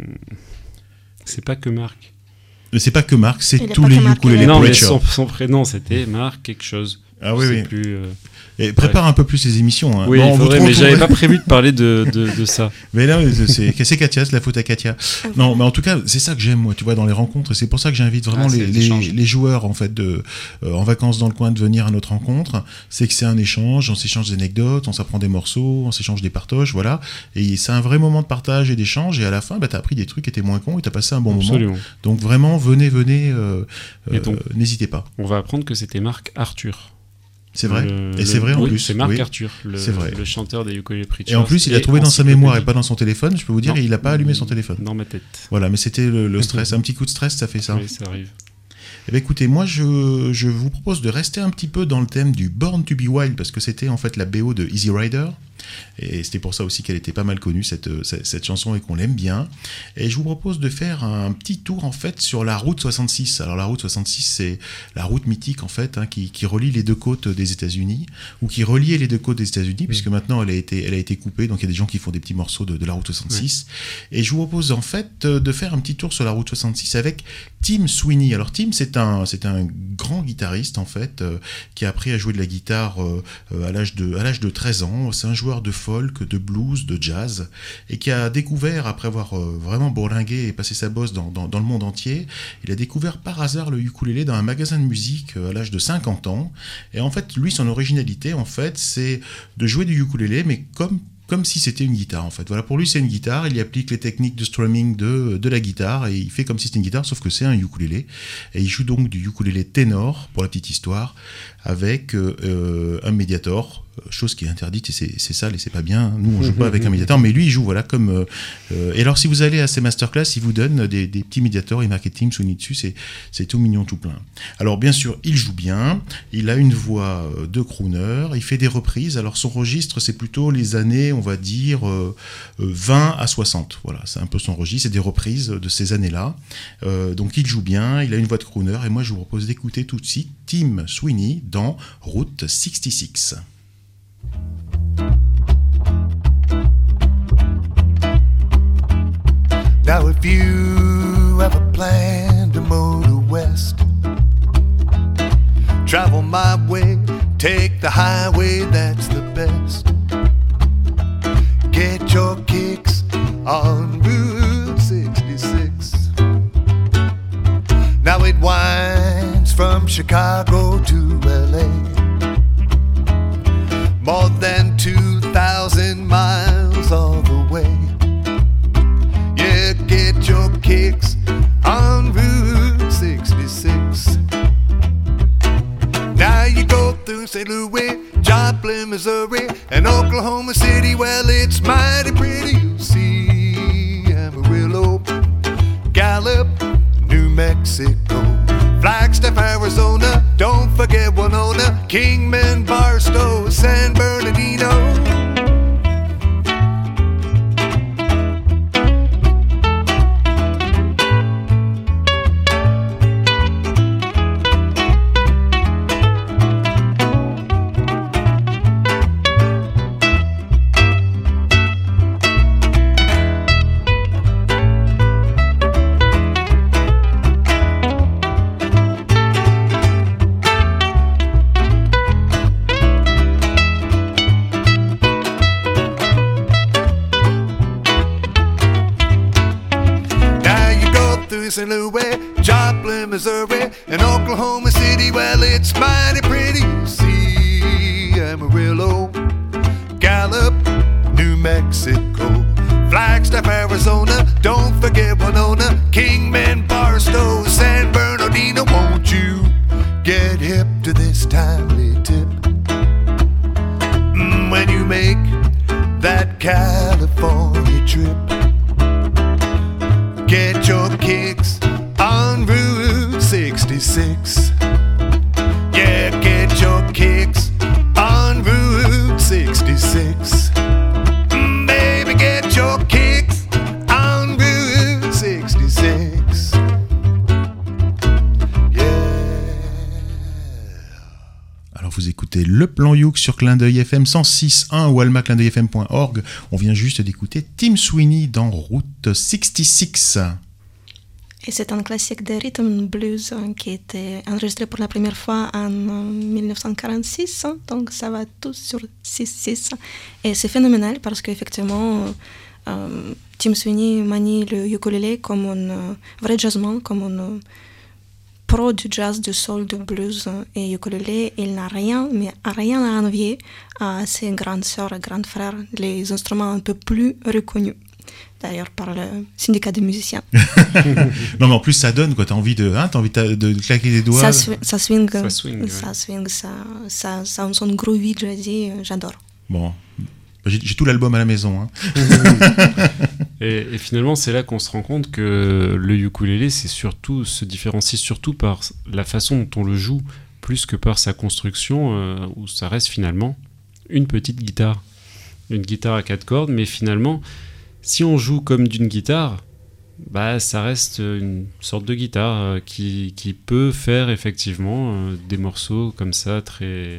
D: C'est pas que Marc.
A: Mais c'est pas que Marc, c'est
E: Il
A: tous les ukulélé
D: Non, mais
A: preachers.
D: son, son prénom c'était Marc quelque chose.
A: Ah oui, oui.
D: Plus, euh...
A: Et prépare ouais. un peu plus les émissions. Hein.
D: Oui,
A: bon,
D: il faudrait, mais j'avais pas prévu de parler de, de, de ça.
A: Mais là, c'est, c'est Katia, c'est la faute à Katia. Non, mais en tout cas, c'est ça que j'aime, moi, tu vois, dans les rencontres. Et c'est pour ça que j'invite vraiment ah, les, les, les joueurs, en fait, de, euh, en vacances dans le coin, de venir à notre rencontre. C'est que c'est un échange, on s'échange des anecdotes, on s'apprend des morceaux, on s'échange des partages, voilà. Et c'est un vrai moment de partage et d'échange. Et à la fin, bah, t'as appris des trucs qui étaient moins cons et t'as passé un bon
D: Absolument.
A: moment. Donc vraiment, venez, venez, euh,
D: et donc,
A: euh, n'hésitez pas.
D: On va apprendre que c'était Marc Arthur.
A: C'est vrai.
D: Le,
A: et c'est vrai en
D: oui,
A: plus.
D: C'est Marc
A: oui.
D: Arthur, le,
A: c'est vrai.
D: le chanteur des Ukulele Preachers.
A: Et en plus, il a trouvé dans sa mémoire et pas dans son téléphone. Je peux vous dire,
D: non,
A: il n'a pas allumé son téléphone.
D: Dans ma tête.
A: Voilà, mais c'était le, le stress. Un petit coup de stress, ça fait ça.
D: Oui, ça arrive.
A: Eh bien, écoutez, moi, je, je vous propose de rester un petit peu dans le thème du Born to be Wild, parce que c'était en fait la B O de Easy Rider. Et c'était pour ça aussi qu'elle était pas mal connue, cette, cette, cette chanson, et qu'on l'aime bien. Et je vous propose de faire un petit tour, en fait, sur la route soixante-six. Alors, la route soixante-six, c'est la route mythique, en fait, hein, qui, qui relie les deux côtes des États-Unis, ou qui reliait les deux côtes des États-Unis, mmh. puisque maintenant, elle a été, elle a été coupée. Donc, il y a des gens qui font des petits morceaux de, de la route soixante-six. Mmh. Et je vous propose, en fait, de faire un petit tour sur la route soixante-six avec Tim Sweeney. Alors, Tim, c'est un, c'est un grand guitariste, en fait, euh, qui a appris à jouer de la guitare euh, à l'âge de, à l'âge de treize ans. C'est un joueur de folk, de blues, de jazz, et qui a découvert, après avoir euh, vraiment bourlingué et passé sa bosse dans, dans, dans le monde entier, il a découvert par hasard le ukulélé dans un magasin de musique euh, à l'âge de cinquante ans. Et en fait, lui, son originalité, en fait, c'est de jouer du ukulélé, mais comme comme si c'était une guitare, en fait. Voilà, pour lui, c'est une guitare, il y applique les techniques de strumming de, de la guitare, et il fait comme si c'était une guitare, sauf que c'est un ukulélé. Et il joue donc du ukulélé ténor, pour la petite histoire, avec euh, un médiator, chose qui est interdite, et c'est, c'est sale, et c'est pas bien. Nous, on joue pas avec un médiator, mais lui, il joue, voilà, comme... Euh, euh, et alors, si vous allez à ces masterclass, il vous donne des, des petits médiators, et marqué Tim Sweeney dessus, c'est, c'est tout mignon, tout plein. Alors, bien sûr, il joue bien, il a une voix de crooner, il fait des reprises. Alors, son registre, c'est plutôt les années, on va dire, euh, vingt à soixante. Voilà, c'est un peu son registre, c'est des reprises de ces années-là. Euh, donc, il joue bien, il a une voix de crooner, et moi, je vous propose d'écouter tout de suite Tim Sweeney dans Route soixante-six.
J: Now if you have a plan to motor west, travel my way, take the highway, that's the best. Get your kicks on Route sixty-six. Now it winds from Chicago to L A, more than two thousand miles all the way. Yeah, get your kicks on Route sixty-six. Now you go through Saint Louis, Joplin, Missouri, and Oklahoma City. Well, it's mighty pretty. You see Amarillo, Gallup, New Mexico, Flagstaff, Arizona, don't forget Winona, Kingman, Barstow, San Bernardino. Saint Louis, Joplin, Missouri, and Oklahoma City. Well, it's mighty pretty. You see Amarillo, Gallup, New Mexico, Flagstaff, Arizona, don't forget Winona, Kingman, Barstow, San Bernardino. Won't you get hip to this timely tip? Mm, when you make that California trip, get your kicks on Route sixty-six. Yeah, get your kicks on Route sixty-six. Mm, baby, get your kicks on Route sixty-six. Yeah.
A: Alors vous écoutez Le Plan Youk sur Clin d'œil F M cent six point un ou alma clin d'œil f m point org. On vient juste d'écouter Tim Sweeney dans Route soixante-six.
E: Et c'est un classique de rhythm blues hein, qui était enregistré pour la première fois en dix-neuf cent quarante-six, hein, donc ça va tout sur six six. Et c'est phénoménal parce qu'effectivement, euh, Tim Sweeney manie le ukulélé comme un euh, vrai jazzman, comme un euh, pro du jazz, du soul, du blues et ukulélé. Il n'a rien, mais rien à envier à ses grandes sœurs et grands frères, les instruments un peu plus reconnus. D'ailleurs par le syndicat des musiciens.
A: Non mais en plus ça donne quoi, t'as envie de, hein, t'as envie de, de claquer les doigts.
E: Ça, sw- ça swing,
D: ça swing,
E: ça,
D: ouais.
E: swing ça, ça, ça a un son groovy, jazzy, j'adore.
A: Bon, j'ai, j'ai tout l'album à la maison. Hein.
D: et, et finalement c'est là qu'on se rend compte que le ukulélé c'est surtout, se différencie surtout par la façon dont on le joue, plus que par sa construction, euh, où ça reste finalement une petite guitare. une guitare à quatre cordes, mais finalement, si on joue comme d'une guitare, bah, ça reste une sorte de guitare euh, qui, qui peut faire effectivement euh, des morceaux comme ça, très,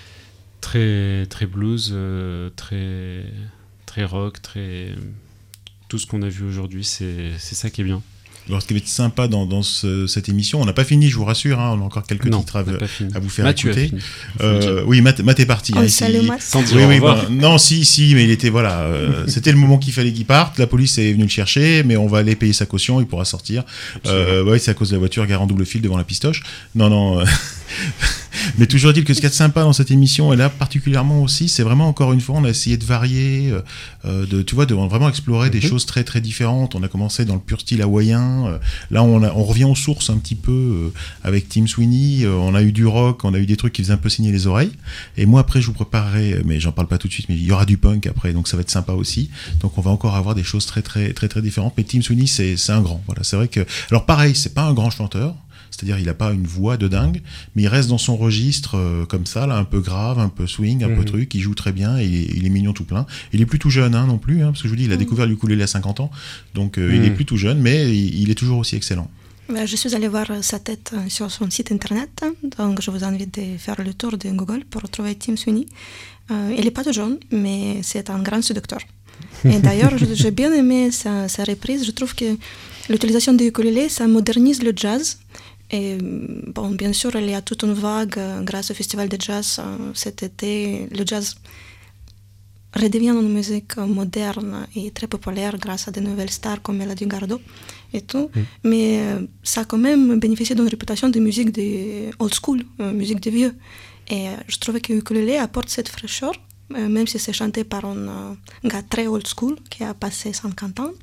D: très, très blues, euh, très, très rock, très... tout ce qu'on a vu aujourd'hui, c'est, c'est ça qui est bien.
A: Alors, ce qui va être sympa dans, dans ce, cette émission, on n'a pas fini, je vous rassure, hein, on a encore quelques
D: non,
A: titres à,
D: à
A: vous faire
D: Mathieu
A: écouter. Euh, oui, Matt, Matt est parti.
E: Oh,
A: Hein,
E: salut,
A: il,
E: Matt.
D: Sans dire
A: oui,
D: au
A: oui,
D: revoir.
A: ben, non, si, si, mais il était, voilà, euh, c'était le moment qu'il fallait qu'il parte. La police est venue le chercher, mais on va aller payer sa caution, il pourra sortir. Euh, ouais, c'est à cause de la voiture garée en double fil devant la pistoche. Non, non. Euh, mais toujours dit que ce qui est sympa dans cette émission, et là particulièrement aussi, c'est vraiment encore une fois, on a essayé de varier, euh, de, tu vois, de vraiment explorer mm-hmm. des choses très très différentes. On a commencé dans le pur style hawaïen. Euh, là, on, a, on revient aux sources un petit peu euh, avec Tim Sweeney. Euh, on a eu du rock, on a eu des trucs qui faisaient un peu saigner les oreilles. Et moi, après, je vous préparerai, mais j'en parle pas tout de suite, mais il y aura du punk après, donc ça va être sympa aussi. Donc, on va encore avoir des choses très très très très différentes. Mais Tim Sweeney, c'est, c'est un grand. Voilà, c'est vrai que. Alors, pareil, c'est pas un grand chanteur. C'est-à-dire il n'a pas une voix de dingue, mais il reste dans son registre euh, comme ça, là, un peu grave, un peu swing, un mmh. peu truc, il joue très bien, et il est, il est mignon tout plein. Il est plus tout jeune hein, non plus, hein, parce que je vous dis, il a mmh. découvert l'ukulélé à cinquante ans, donc euh, mmh. il est plus tout jeune, mais il, il est toujours aussi excellent.
E: Je suis allée voir sa tête sur son site internet, donc je vous invite de faire le tour de Google pour retrouver Tim Sweeney. Euh, il n'est pas tout jeune, mais c'est un grand séducteur. Et d'ailleurs, j'ai bien aimé sa, sa reprise. Je trouve que l'utilisation du ukulélé, ça modernise le jazz. Et bon, bien sûr, il y a toute une vague grâce au festival de jazz cet été. Le jazz redevient une musique moderne et très populaire grâce à de nouvelles stars comme Melody Gardot et tout. Mm. Mais ça a quand même bénéficié d'une réputation de musique de old school, musique de vieux. Et je trouvais que le ukulélé apporte cette fraîcheur, même si c'est chanté par un gars très old school qui a passé cinquante ans.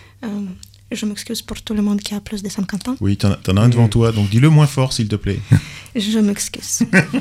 E: Je m'excuse pour tout le monde qui a plus de cinquante ans.
A: Oui, t'en, t'en as un devant toi, donc dis-le moins fort, s'il te plaît.
E: Je m'excuse.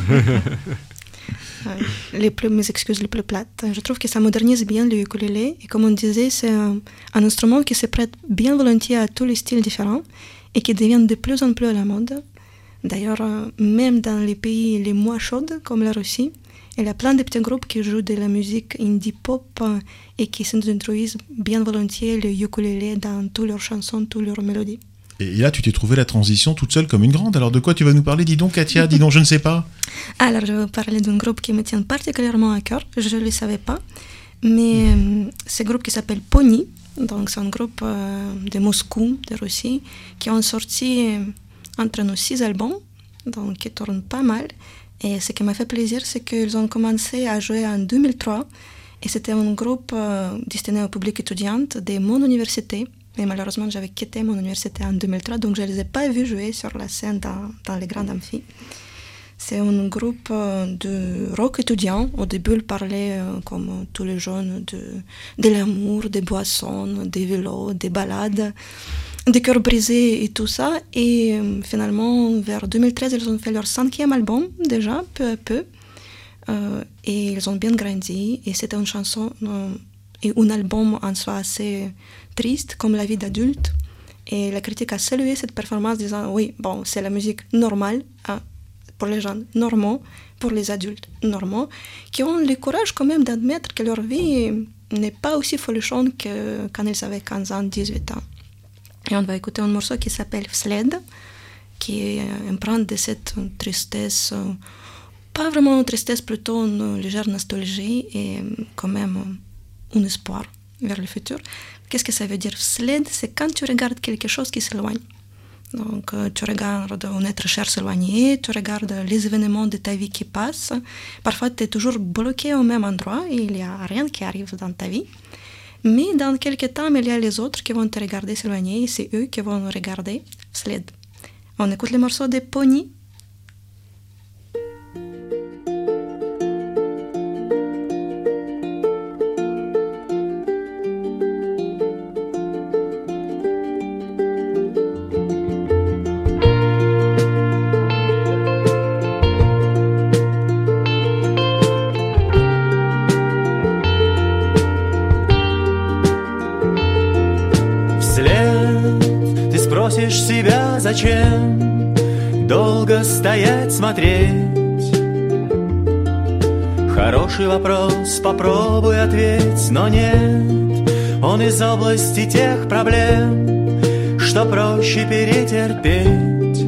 E: les plus, mes excuses les plus plates. Je trouve que ça modernise bien le ukulélé. Et comme on disait, c'est un, un instrument qui se prête bien volontiers à tous les styles différents et qui devient de plus en plus à la mode. D'ailleurs, même dans les pays les moins chauds, comme la Russie, il y a plein de petits groupes qui jouent de la musique indie pop et qui s'introduisent bien volontiers le ukulélé dans toutes leurs chansons, toutes leurs mélodies.
A: Et là, tu t'es trouvé la transition toute seule comme une grande. Alors, de quoi tu vas nous parler? Dis donc, Katia, dis donc, je ne sais pas.
E: Alors, je vais vous parler d'un groupe qui me tient particulièrement à cœur. Je ne le savais pas. Mais mmh. c'est un groupe qui s'appelle Pony. Donc, c'est un groupe euh, de Moscou, de Russie, qui ont sorti euh, entre nous six albums, donc qui tournent pas mal. Et ce qui m'a fait plaisir, c'est qu'ils ont commencé à jouer en deux mille trois. Et c'était un groupe euh, destiné au public étudiant de mon université. Mais malheureusement, j'avais quitté mon université en deux mille trois, donc je ne les ai pas vus jouer sur la scène dans, dans les grands amphis. C'est un groupe euh, de rock étudiant. Au début, ils parlaient, euh, comme tous les jeunes, de, de l'amour, des boissons, des vélos, des balades, des cœurs brisés et tout ça. Et euh, finalement, vers deux mille treize, ils ont fait leur cinquième album, déjà, peu à peu. Euh, et ils ont bien grandi. Et c'était une chanson euh, et un album en soi assez triste, comme la vie d'adulte. Et la critique a salué cette performance, disant oui, bon, c'est la musique normale hein, pour les gens normaux, pour les adultes normaux, qui ont le courage quand même d'admettre que leur vie n'est pas aussi folichonne que quand ils avaient quinze ans, dix-huit ans. Et on va écouter un morceau qui s'appelle Sled, qui emprunte de cette tristesse, pas vraiment une tristesse, plutôt une légère nostalgie et quand même un espoir vers le futur. Qu'est-ce que ça veut dire? Sled, c'est quand tu regardes quelque chose qui s'éloigne. Donc, euh, tu regardes un être cher s'éloigner, tu regardes les événements de ta vie qui passent. Parfois, tu es toujours bloqué au même endroit et il n'y a rien qui arrive dans ta vie. Mais dans quelques temps, il y a les autres qui vont te regarder s'éloigner et c'est eux qui vont nous regarder. Sled. On écoute le morceau de Pony.
G: Спросишь себя, зачем долго стоять, смотреть? Хороший вопрос, попробуй ответь, но нет. Он из области тех проблем, что проще перетерпеть.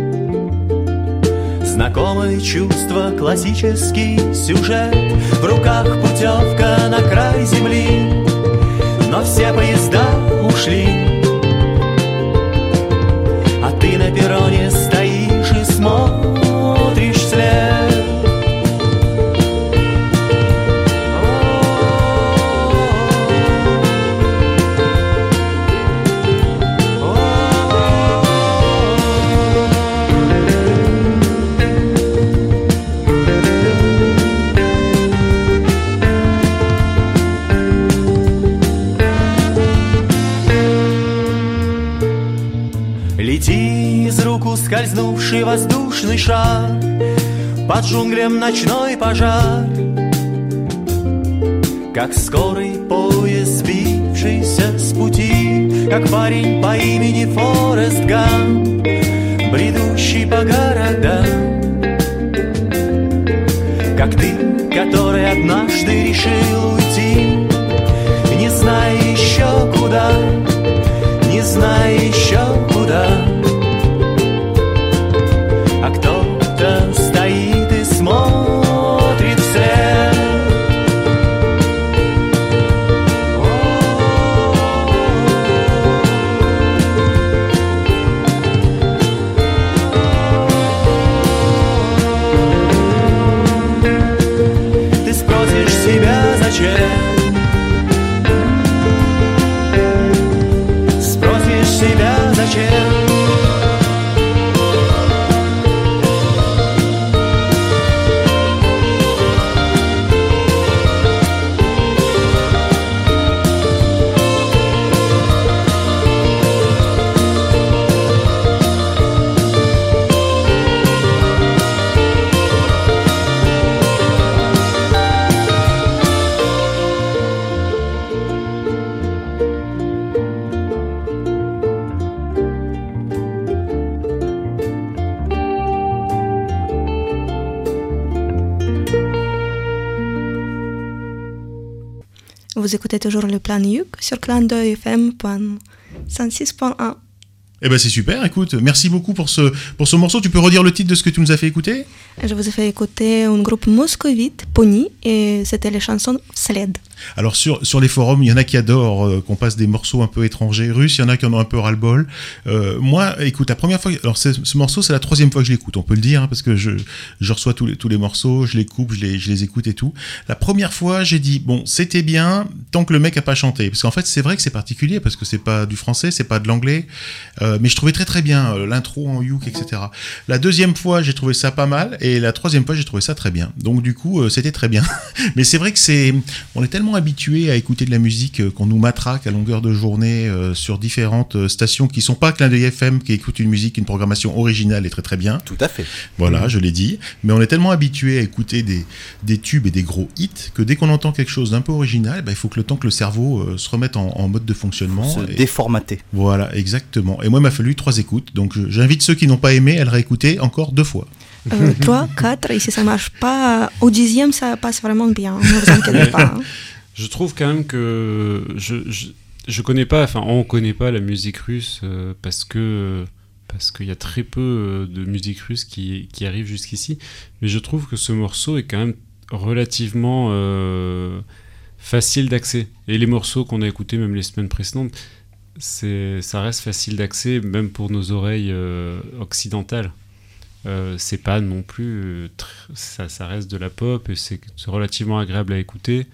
G: Знакомые чувства, классический сюжет. В руках путевка на край земли, но все поезда ушли. А ты на перроне стоишь и смотришь вслед. Лети из рук ускользнувший воздушный шар, под джунглям ночной пожар, как скорый поезд, сбившийся с пути, как парень по имени Форест Гамп, бредущий по городам, как ты, который однажды решил уйти, не зная еще куда, не зная еще куда. А кто-то стоит и смотрит вслед. Ты спросишь себя, зачем? Себя зачем?
E: Vous écoutez toujours le plan Yuk sur clan deux F M cent six point un.
A: Eh ben c'est super, écoute, merci beaucoup pour ce, pour ce morceau. Tu peux redire le titre de ce que tu nous as fait écouter ?
E: Je vous ai fait écouter un groupe moscovite, Pony, et c'était les chansons Sled.
A: Alors sur, sur les forums, il y en a qui adorent euh, qu'on passe des morceaux un peu étrangers russes, il y en a qui en ont un peu ras-le-bol. Euh, moi, écoute, la première fois, alors ce morceau, c'est la troisième fois que je l'écoute, on peut le dire, hein, parce que je, je reçois tous les, tous les morceaux, je les coupe, je les, je les écoute et tout. La première fois, j'ai dit, bon, c'était bien, tant que le mec a pas chanté. Parce qu'en fait, c'est vrai que c'est particulier, parce que c'est pas du français, c'est pas de l'anglais, euh, mais je trouvais très très bien euh, l'intro en Yuk, et cetera. La deuxième fois, j'ai trouvé ça pas mal, et la troisième fois, j'ai trouvé ça très bien. Donc du coup, euh, c'était très bien. Mais c'est vrai que c'est, on est tellement habitué à écouter de la musique euh, qu'on nous matraque à longueur de journée euh, sur différentes euh, stations qui sont pas Clin d'œil F M, qui écoutent une musique, une programmation originale et très très bien.
B: Tout à fait.
A: Voilà, mmh. je l'ai dit. Mais on est tellement habitué à écouter des, des tubes et des gros hits que dès qu'on entend quelque chose d'un peu original, bah, il faut que le temps que le cerveau euh, se remette en, en mode de fonctionnement.
B: Se
A: et...
B: déformater.
A: Voilà, exactement. Et moi, il m'a fallu trois écoutes. Donc je, j'invite ceux qui n'ont pas aimé à le réécouter encore deux fois.
E: Euh, trois, quatre, et si ça marche pas, au dixième, ça passe vraiment bien. Ne vous inquiétez pas. Hein.
D: Je trouve quand même que je, je, je connais pas, enfin on connaît pas la musique russe euh, parce que parce qu'il y a très peu euh, de musique russe qui, qui arrive jusqu'ici, mais je trouve que ce morceau est quand même relativement euh, facile d'accès. Et les morceaux qu'on a écoutés même les semaines précédentes, c'est, ça reste facile d'accès même pour nos oreilles euh, occidentales. Euh, c'est pas non plus euh, tr- ça, ça reste de la pop et c'est, c'est relativement agréable à écouter.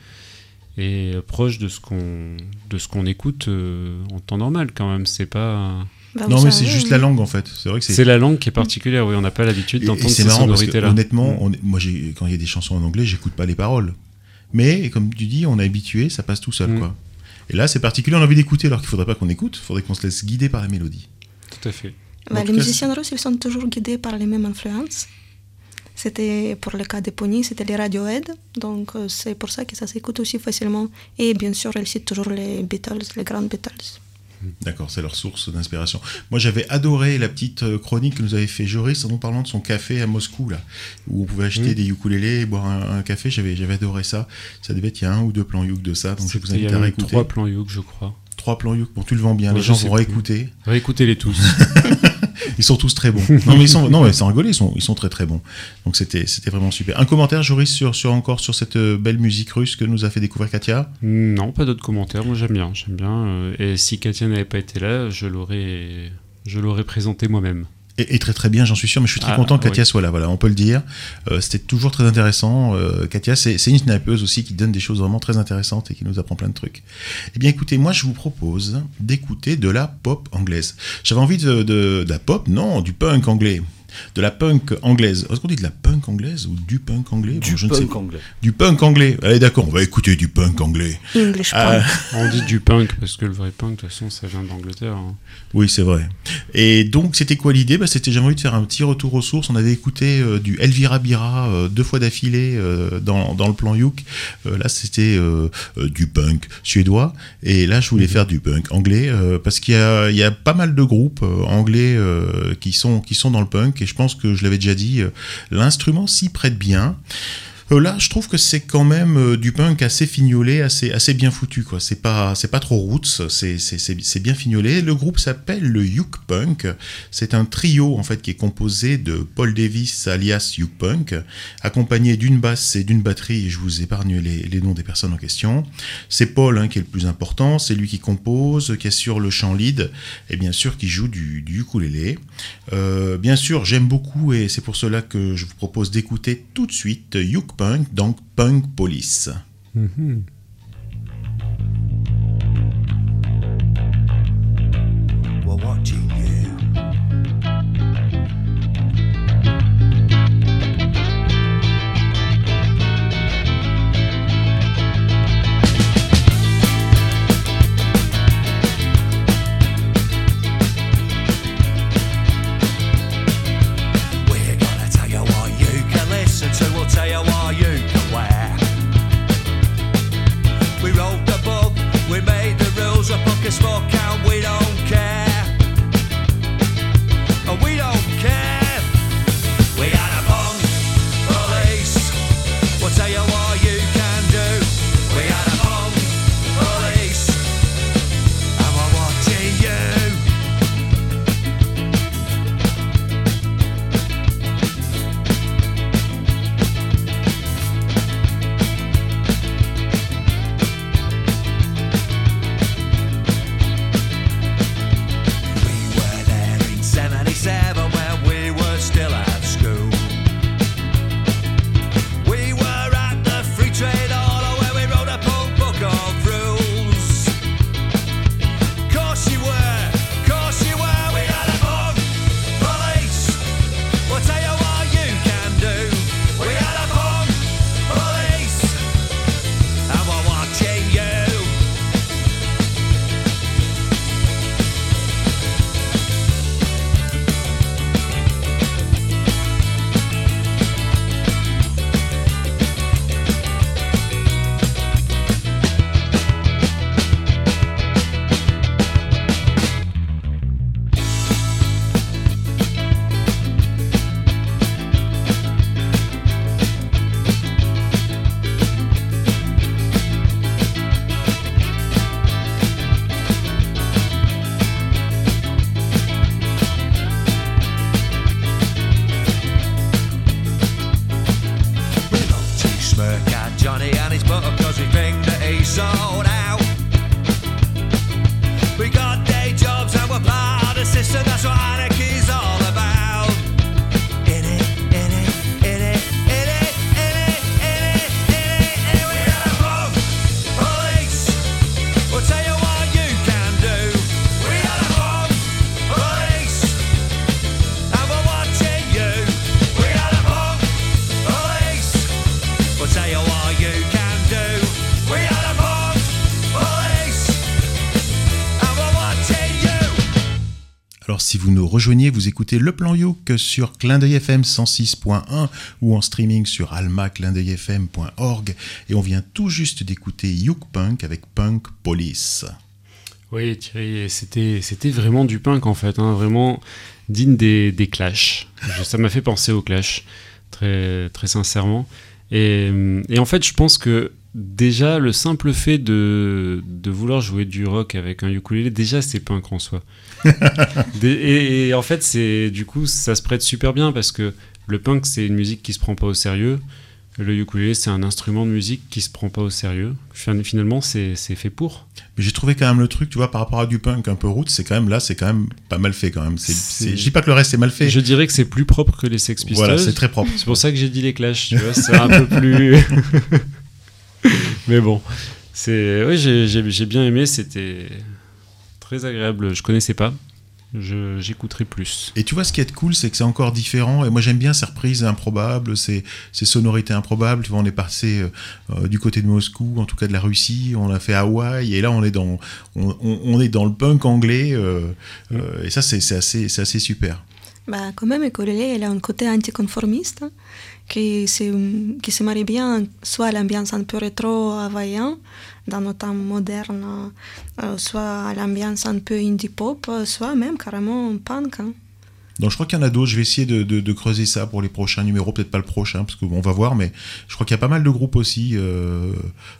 D: Et proche de ce qu'on, de ce qu'on écoute euh, en temps normal quand même, c'est pas...
E: Bah,
A: non mais
E: savez,
A: c'est juste
E: oui.
A: la langue en fait. C'est vrai que c'est...
D: c'est la langue qui est particulière, oui, on n'a pas l'habitude
A: et,
D: d'entendre
A: et c'est
D: ces
A: marrant parce que,
D: sonorités-là.
A: honnêtement, on est... moi j'ai... quand il y a des chansons en anglais, j'écoute pas les paroles. Mais comme tu dis, on est habitué, ça passe tout seul. Mm. Quoi. Et là c'est particulier, on a envie d'écouter alors qu'il faudrait pas qu'on écoute, il faudrait qu'on se laisse guider par la mélodie.
D: Tout à fait.
E: Bah, les musiciens russes, ils sont toujours guidés par les mêmes influences. C'était, pour le cas de Pony, c'était les Radiohead, donc euh, c'est pour ça que ça s'écoute aussi facilement. Et bien sûr, elle cite toujours les Beatles, les grands Beatles.
A: D'accord, c'est leur source d'inspiration. Moi, j'avais adoré la petite chronique que nous avait fait Joris en nous parlant de son café à Moscou, là, où on pouvait acheter mmh. des ukulélés et boire un, un café. J'avais, j'avais adoré ça. Ça devait être il y a un ou deux plans Youk de ça, donc
D: C'était,
A: je vous invite à réécouter.
D: Trois plans Youk, je crois.
A: Trois plans Youk. Bon, tu le vends bien. Ouais, les gens vont réécouter.
D: Réécoutez-les tous.
A: Ils sont tous très bons. Non, mais ils sont, non, ouais, sans rigoler, ils sont, ils sont très très bons. Donc c'était, c'était vraiment super. Un commentaire, Joris, sur, sur encore sur cette belle musique russe que nous a fait découvrir Katia ?
D: Non, pas d'autres commentaires. Moi, j'aime bien, j'aime bien. Et si Katia n'avait pas été là, je l'aurais, je l'aurais présenté moi-même.
A: Et, et très très bien, j'en suis sûr, mais je suis très
D: ah,
A: content que Katia
D: oui.
A: soit là, voilà, on peut le dire. Euh, c'était toujours très intéressant. Euh, Katia, c'est, c'est une snappeuse aussi qui donne des choses vraiment très intéressantes et qui nous apprend plein de trucs. Eh bien écoutez, moi je vous propose d'écouter de la pop anglaise. J'avais envie de, de, de la pop, non, du punk anglais. De la punk anglaise. Est-ce qu'on dit de la punk anglaise ou du punk anglais ?
B: Du
A: bon, je
B: punk
A: ne sais
B: anglais.
A: Du punk anglais. Allez, d'accord, on va écouter du punk anglais.
E: English
A: euh,
E: punk.
D: On dit du punk parce que le vrai punk, de toute façon, ça vient d'Angleterre. Hein.
A: Oui, c'est vrai. Et donc, c'était quoi l'idée ? Bah, c'était, j'avais envie de faire un petit retour aux sources. On avait écouté euh, du Elvira Bira euh, deux fois d'affilée euh, dans, dans le plan Youk. Euh, là, c'était euh, euh, du punk suédois. Et là, je voulais mmh. faire du punk anglais euh, parce qu'il y a, il y a pas mal de groupes euh, anglais euh, qui sont, qui sont dans le punk. Et je pense que je l'avais déjà dit, euh, l'instrument s'y prête bien. Euh, là, je trouve que c'est quand même euh, du punk assez fignolé, assez, assez bien foutu, quoi. C'est pas, c'est pas trop roots, c'est, c'est, c'est, c'est bien fignolé. Le groupe s'appelle le Youk Punk. C'est un trio, en fait, qui est composé de Paul Davis, alias Youk Punk, accompagné d'une basse et d'une batterie, et je vous épargne les, les noms des personnes en question. C'est Paul, hein, qui est le plus important, c'est lui qui compose, qui assure le chant lead, et bien sûr, qui joue du, du ukulélé. Euh, bien sûr, j'aime beaucoup, et c'est pour cela que je vous propose d'écouter tout de suite Youk Punk, donc Punk Police.
D: Mm-hmm.
G: We're watching you. We're gonna tell you what you can listen to, we'll tell you what you can wear. We wrote the book, we made the rules, a book is smoke and we don't care. And we don't care. We got a punk police, we'll tell you what you can do. We got a punk police, and we're watching you. seventy-seven when we were still at school. We were at the Free Trade Hall where we wrote a punk book of rules. Course you were, course you were. We had a punk police, we'll tell you what you can do. We had a punk police, and we're watching you. Smirk at Johnny and his butter cause we think that he's sold out. We got day jobs and we're part of the system, that's what anarchy's all about. In it, in it, in it, in it, in it, in it, in it, in it. We got a punk police, we'll tell you what you can do. We got a punk police, and we're watching you. We got a punk police, we'll tell you what you can do. We are the punk police, and we're watching you.
A: Alors si vous nous rejoignez, vous écoutez Le Plan Youk sur Clin d'œil F M cent six point un ou en streaming sur alma clin d'œil f m point org et on vient tout juste d'écouter Youk Punk avec Punk Police.
D: Oui, Thierry, c'était, c'était vraiment du punk en fait, hein, vraiment digne des, des Clash. Je, ça m'a fait penser aux Clash, très, très sincèrement. Et, et en fait, je pense que déjà, le simple fait de, de vouloir jouer du rock avec un ukulélé, déjà c'est punk en soi. Des, et, et en fait, c'est, du coup, ça se prête super bien parce que le punk, c'est une musique qui se prend pas au sérieux. Le ukulélé, c'est un instrument de musique qui se prend pas au sérieux. Finalement, c'est, c'est fait pour.
A: Mais j'ai trouvé quand même le truc, tu vois, par rapport à du punk un peu roots, c'est quand même là, c'est quand même pas mal fait quand même. C'est, c'est... C'est... Je dis pas que le reste est mal fait.
D: Je dirais que c'est plus propre que les Sex Pistols.
A: Voilà, c'est très propre.
D: C'est pour ça que j'ai dit les Clash, tu vois, c'est un peu plus. Mais bon, c'est, oui, j'ai, j'ai, j'ai bien aimé, c'était très agréable. Je connaissais pas. Je, j'écouterai plus.
A: Et tu vois, ce qui est cool, c'est que c'est encore différent. Et moi, j'aime bien ces reprises improbables, ces, ces sonorités improbables. Tu vois, on est passé euh, du côté de Moscou, en tout cas de la Russie. On a fait Hawaï, et là, on est dans, on, on, on est dans le punk anglais. Euh, mmh. euh, et ça, c'est, c'est assez, c'est assez super.
E: Bah, quand même, ukulélé, elle a un côté anticonformiste qui se, qui se marie bien soit à l'ambiance un peu rétro hawaïen dans nos temps modernes, euh, soit à l'ambiance un peu indie pop, soit même carrément punk. Hein.
A: Donc je crois qu'il y en a d'autres, je vais essayer de, de, de creuser ça pour les prochains numéros, peut-être pas le prochain, parce qu'on va voir, mais je crois qu'il y a pas mal de groupes aussi euh,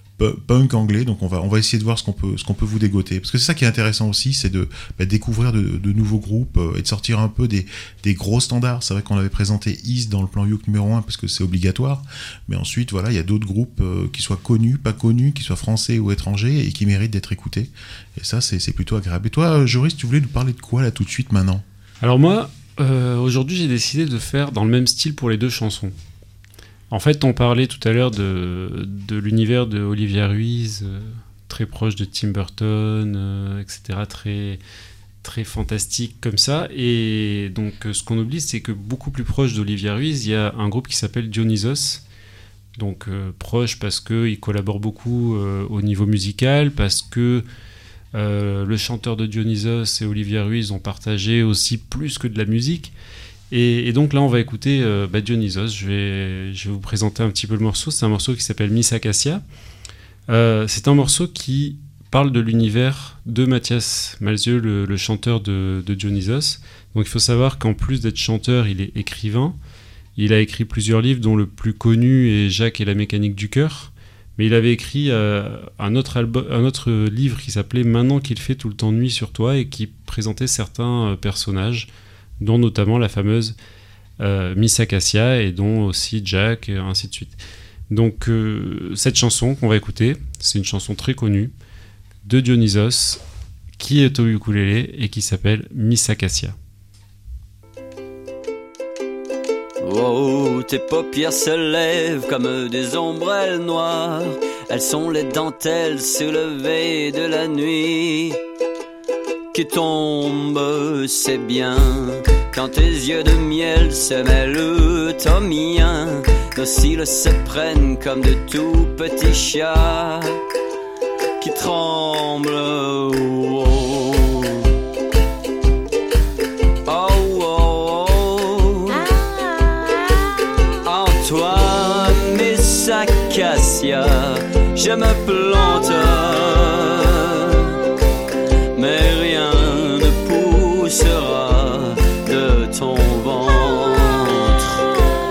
A: punk anglais, donc on va, on va essayer de voir ce qu'on peut, ce qu'on peut vous dégoter, parce que c'est ça qui est intéressant aussi, c'est de bah, découvrir de, de nouveaux groupes euh, et de sortir un peu des, des gros standards. C'est vrai qu'on avait présenté Is dans le plan Youk numéro un parce que c'est obligatoire, mais ensuite voilà, il y a d'autres groupes euh, qui soient connus, pas connus, qui soient français ou étrangers et qui méritent d'être écoutés, et ça c'est, c'est plutôt agréable. Et toi Joris, tu voulais nous parler de quoi là tout de suite maintenant?
D: Alors moi euh, aujourd'hui j'ai décidé de faire dans le même style pour les deux chansons. En fait, on parlait tout à l'heure de, de l'univers de Olivia Ruiz, euh, très proche de Tim Burton, euh, et cetera, très, très fantastique comme ça. Et donc, ce qu'on oublie, c'est que beaucoup plus proche d'Olivia Ruiz, il y a un groupe qui s'appelle Dionysos. Donc, euh, proche parce qu'il collabore beaucoup euh, au niveau musical, parce que euh, le chanteur de Dionysos et Olivia Ruiz ont partagé aussi plus que de la musique. Et, et donc là, on va écouter euh, bah, Dionysos. Je vais, je vais vous présenter un petit peu le morceau. C'est un morceau qui s'appelle Miss Acacia. Euh, c'est un morceau qui parle de l'univers de Mathias Malzieu, le, le chanteur de, de Dionysos. Donc il faut savoir qu'en plus d'être chanteur, il est écrivain. Il a écrit plusieurs livres, dont le plus connu est Jacques et la mécanique du cœur. Mais il avait écrit euh, un, autre album, un autre livre qui s'appelait Maintenant qu'il fait tout le temps nuit sur toi et qui présentait certains euh, personnages, dont notamment la fameuse euh, Miss Acacia et dont aussi Jack, et ainsi de suite. Donc euh, cette chanson qu'on va écouter, c'est une chanson très connue de Dionysos qui est au ukulélé et qui s'appelle Miss Acacia.
K: Oh, tes paupières se lèvent comme des ombrelles noires, elles sont les dentelles soulevées de la nuit qui tombe, c'est bien. Quand tes yeux de miel se mêlent aux miens, nos cils se prennent comme de tout petits chats qui tremblent. Oh, oh, oh, oh. En toi, Miss Acacia, je me plante. Mais rien ne poussera de ton ventre,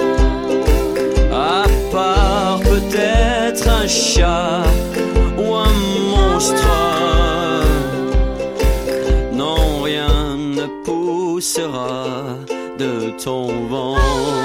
K: à part peut-être un chat ou un monstre. Non, rien ne poussera de ton ventre.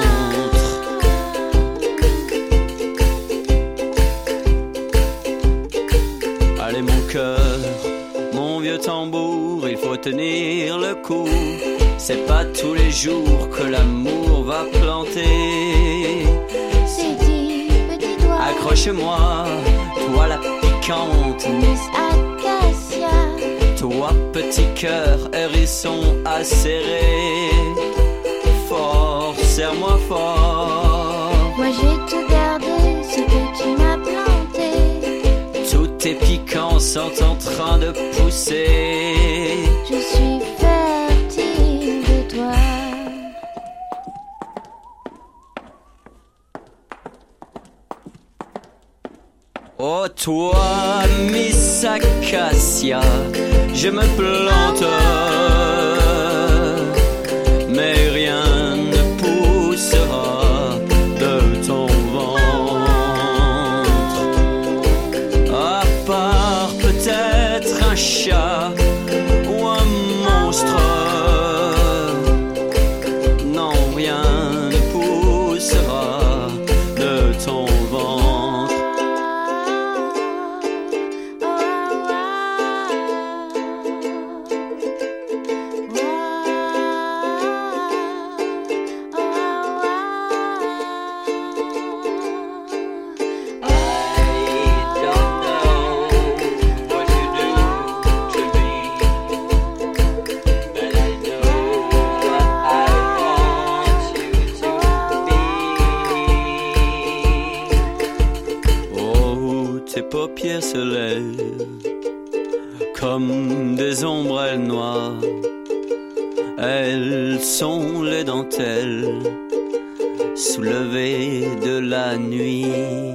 K: Allez mon cœur, mon vieux tambour, il faut tenir le coup. C'est pas tous les jours que l'amour va planter.
I: C'est dit, petit doigt.
K: Accroche-moi, toi la piquante
I: Miss Acacia.
K: Toi petit cœur, hérisson acéré. Fort, serre-moi fort.
I: Moi j'ai tout gardé, ce que tu m'as planté.
K: Tous tes piquants sont en train de pousser.
I: Je suis fertile de toi.
K: Oh toi, Miss Acacia, je me plante, mais rien ne poussera de ton ventre, à part peut-être un chat ou un monstre. Non, rien ne poussera de ton ventre. Tes paupières se lèvent comme des ombrelles noires. Elles sont les dentelles soulevées de la nuit.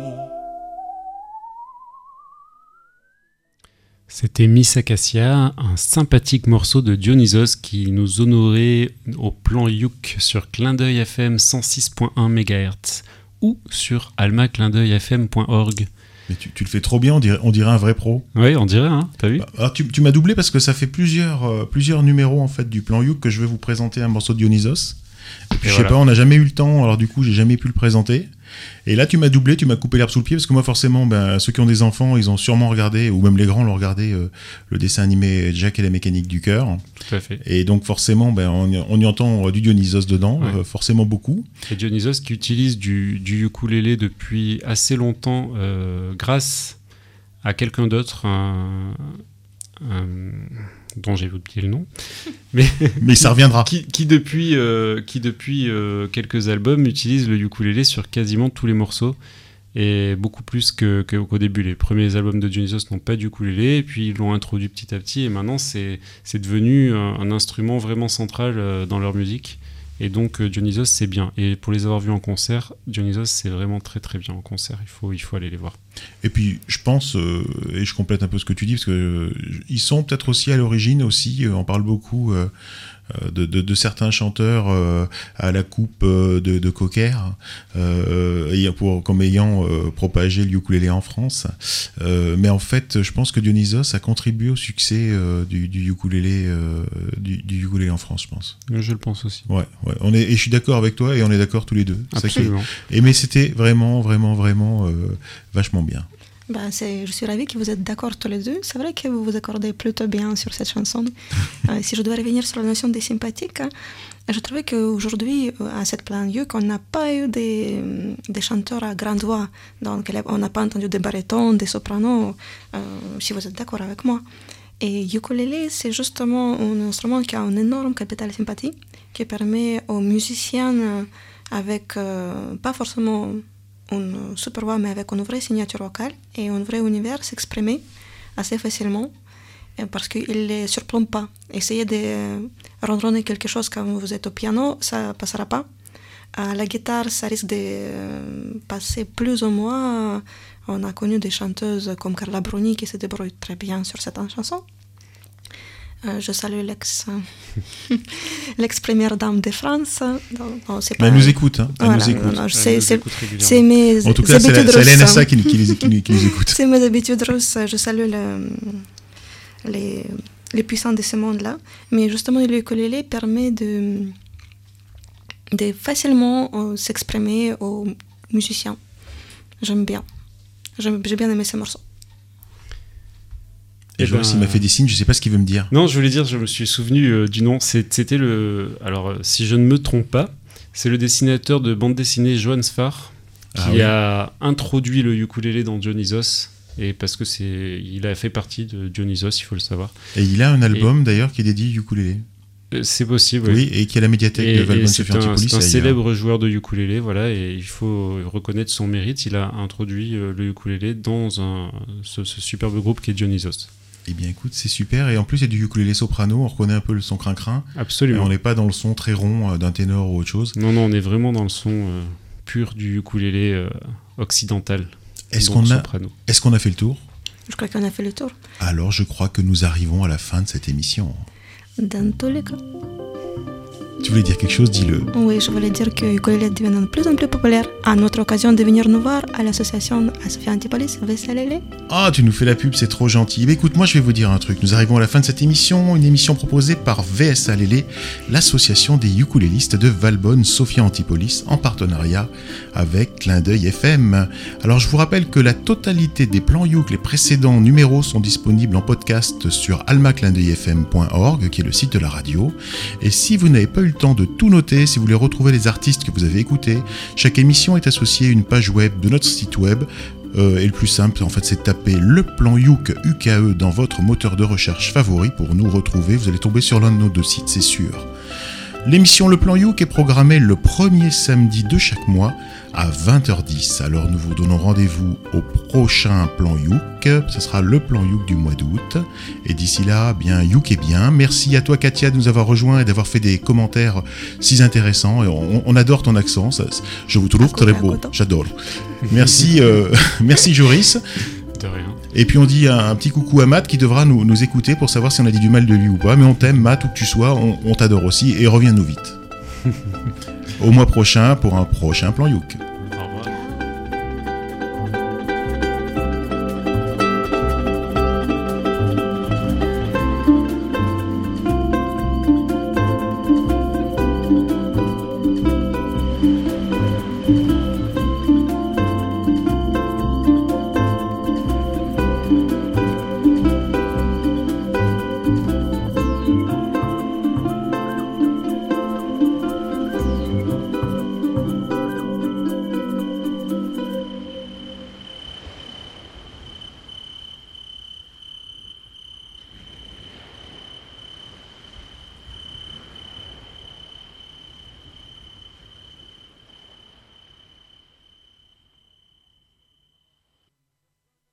D: C'était Miss Acacia, un sympathique morceau de Dionysos qui nous honorait au plan Youk sur Clin d'œil F M cent six virgule un mégahertz ou sur alma clin d'œil f m point org.
A: Mais tu, tu le fais trop bien, on dirait, on dirait un vrai pro.
D: Oui, on dirait, hein, t'as vu ?
A: Alors tu, tu m'as doublé parce que ça fait plusieurs, euh, plusieurs numéros en fait du plan Youk que je vais vous présenter un morceau de Dionysos. Et puis
D: Et
A: je
D: voilà.
A: sais pas, on n'a jamais eu le temps, alors du coup j'ai jamais pu le présenter. Et là tu m'as doublé, tu m'as coupé l'herbe sous le pied parce que moi forcément, ben, ceux qui ont des enfants, ils ont sûrement regardé, ou même les grands l'ont regardé, euh, le dessin animé Jack et la mécanique du cœur.
D: Tout à fait.
A: Et donc forcément, ben, on, y, on y entend euh, du Dionysos dedans,
D: Ouais.
A: euh, forcément beaucoup.
D: Et Dionysos qui utilise du, du ukulélé depuis assez longtemps euh, grâce à quelqu'un d'autre, un, un, dont j'ai oublié le nom, mais,
A: Mais ça reviendra.
D: qui, qui depuis, euh, qui depuis euh, quelques albums utilise le ukulélé sur quasiment tous les morceaux, et beaucoup plus que, que, qu'au début. Les premiers albums de Dionysos n'ont pas d'ukulélé, et puis ils l'ont introduit petit à petit, et maintenant c'est, c'est devenu un, un instrument vraiment central euh, dans leur musique. Et donc euh, Dionysos c'est bien. Et pour les avoir vus en concert, Dionysos c'est vraiment très très bien en concert. Il faut, il faut aller les voir.
A: Et puis je pense, euh, et je complète un peu ce que tu dis, parce que euh, ils sont peut-être aussi à l'origine aussi, euh, on parle beaucoup euh, de, de, de certains chanteurs euh, à la coupe euh, de, de Cocker, euh, ayant pour, comme ayant euh, propagé le ukulélé en France. Euh, mais en fait, je pense que Dionysos a contribué au succès euh, du, du, ukulélé, euh, du, du ukulélé en France, je pense.
D: Je le pense aussi.
A: Ouais, ouais. On est, et je suis d'accord avec toi, et on est d'accord tous les deux. C'est ça qui est-
D: Absolument.
A: Et mais c'était vraiment, vraiment, vraiment euh, vachement bien.
E: Bah, c'est, je suis ravie que vous êtes d'accord tous les deux. C'est vrai que vous vous accordez plutôt bien sur cette chanson. Euh, si je dois revenir sur la notion des sympathiques, hein, je trouvais qu'aujourd'hui, euh, à cette plan Youk, on n'a pas eu des, des chanteurs à grande voix. Donc, on n'a pas entendu des barytons, des sopranos, euh, si vous êtes d'accord avec moi. Et ukulélé, c'est justement un instrument qui a un énorme capital sympathie, qui permet aux musiciens, euh, avec euh, pas forcément une super voix, mais avec une vraie signature vocale et un vrai univers, s'exprimer assez facilement, euh, parce qu'il ne les surplombe pas. Essayez de euh, ronronner quelque chose quand vous êtes au piano, ça ne passera pas. À la guitare, ça risque de euh, passer plus ou moins. On a connu des chanteuses comme Carla Bruni qui se débrouillent très bien sur certaines chansons. Euh, je salue l'ex, l'ex-première dame de France. Non, non, c'est
A: Mais elle
E: pas-
A: nous écoute, hein. Elle
E: Voilà,
A: nous écoute.
E: non, non,
D: Elle
E: c'est,
D: nous
E: c'est,
D: écoute régulièrement.
E: c'est mes
A: En tout cas, c'est, la,
E: habitudes
A: c'est la
E: russes.
A: N S A qui, qui, les- qui, qui nous écoute.
E: C'est mes habitudes russes. Je salue le- les, les puissants de ce monde-là. Mais justement, le ukulélé permet de, de facilement euh, s'exprimer aux musiciens. J'aime bien. J'aime- J'ai bien aimé ce morceau.
A: Et
D: Eh
A: Joris,
D: ben,
A: il m'a fait des signes, je sais pas ce qu'il veut me dire.
D: Non, je voulais dire, je me suis souvenu euh, du nom. C'est- C'était le. Alors, euh, si je ne me trompe pas, c'est le dessinateur de bande dessinée Johann Sfar qui
A: Ah oui.
D: a introduit le ukulélé dans Dionysos. Et parce que c'est, il a fait partie de Dionysos, il faut le savoir.
A: Et il a un album d'ailleurs qui est dédié ukulélé.
D: Euh, C'est possible.
A: Oui, et qui est à la médiathèque
D: Et,
A: de
D: et
A: Valbonne
D: c'est
A: Sophie
D: un,
A: Antipolis.
D: c'est un
A: ailleurs.
D: célèbre joueur de ukulélé, voilà, et il faut reconnaître son mérite. Il a introduit euh, le ukulélé dans un, ce, ce superbe groupe qui est Dionysos.
A: Eh bien écoute, c'est super. Et en plus, il y a du ukulélé soprano, on reconnaît un peu le son crin-crin. Et
D: Absolument.
A: on n'est pas dans le son très rond euh, d'un ténor ou autre chose.
D: Non, non, on est vraiment dans le son euh, pur du ukulélé euh, occidental.
A: Est-ce
D: donc
A: qu'on, a,
D: soprano.
A: est-ce qu'on a fait le tour ?
E: Je crois qu'on a fait le tour.
A: Alors je crois que nous arrivons à la fin de cette émission.
E: Dans tous les cas.
A: Tu voulais dire quelque chose, dis-le.
E: Oui, je voulais dire que ukulélé devient de plus en plus populaire. À notre occasion de venir nous voir à l'association Sophia Antipolis, V S L L.
A: Ah, tu nous fais la pub, c'est trop gentil. Mais écoute, moi je vais vous dire un truc. Nous arrivons à la fin de cette émission, une émission proposée par V S L L, l'association des ukulélistes de Valbonne, Sophia Antipolis, en partenariat avec Clin d'œil F M. Alors je vous rappelle que la totalité des plans Youk, les précédents numéros, sont disponibles en podcast sur alma clin d'œil f m point org, qui est le site de la radio. Et si vous n'avez pas eu le temps de tout noter, si vous voulez retrouver les artistes que vous avez écoutés, chaque émission est associée à une page web de notre site web. Euh, et le plus simple, en fait, c'est de taper le plan Youk U K E dans votre moteur de recherche favori pour nous retrouver. Vous allez tomber sur l'un de nos deux sites, c'est sûr. L'émission Le Plan Youk est programmée le premier samedi de chaque mois à vingt heures dix. Alors nous vous donnons rendez-vous au prochain Plan Youk. Ce sera le Plan Youk du mois d'août. Et d'ici là, bien Youk est bien. Merci à toi Katia de nous avoir rejoints et d'avoir fait des commentaires si intéressants. Et on, on adore ton accent. Ça, je vous trouve très beau. J'adore. Merci, euh, merci Joris.
D: De rien.
A: Et puis on dit un, un petit coucou à Matt qui devra nous, nous écouter pour savoir si on a dit du mal de lui ou pas. Mais on t'aime Matt, où que tu sois, on, on t'adore aussi et reviens-nous vite. Au mois prochain pour un prochain Plan Youk.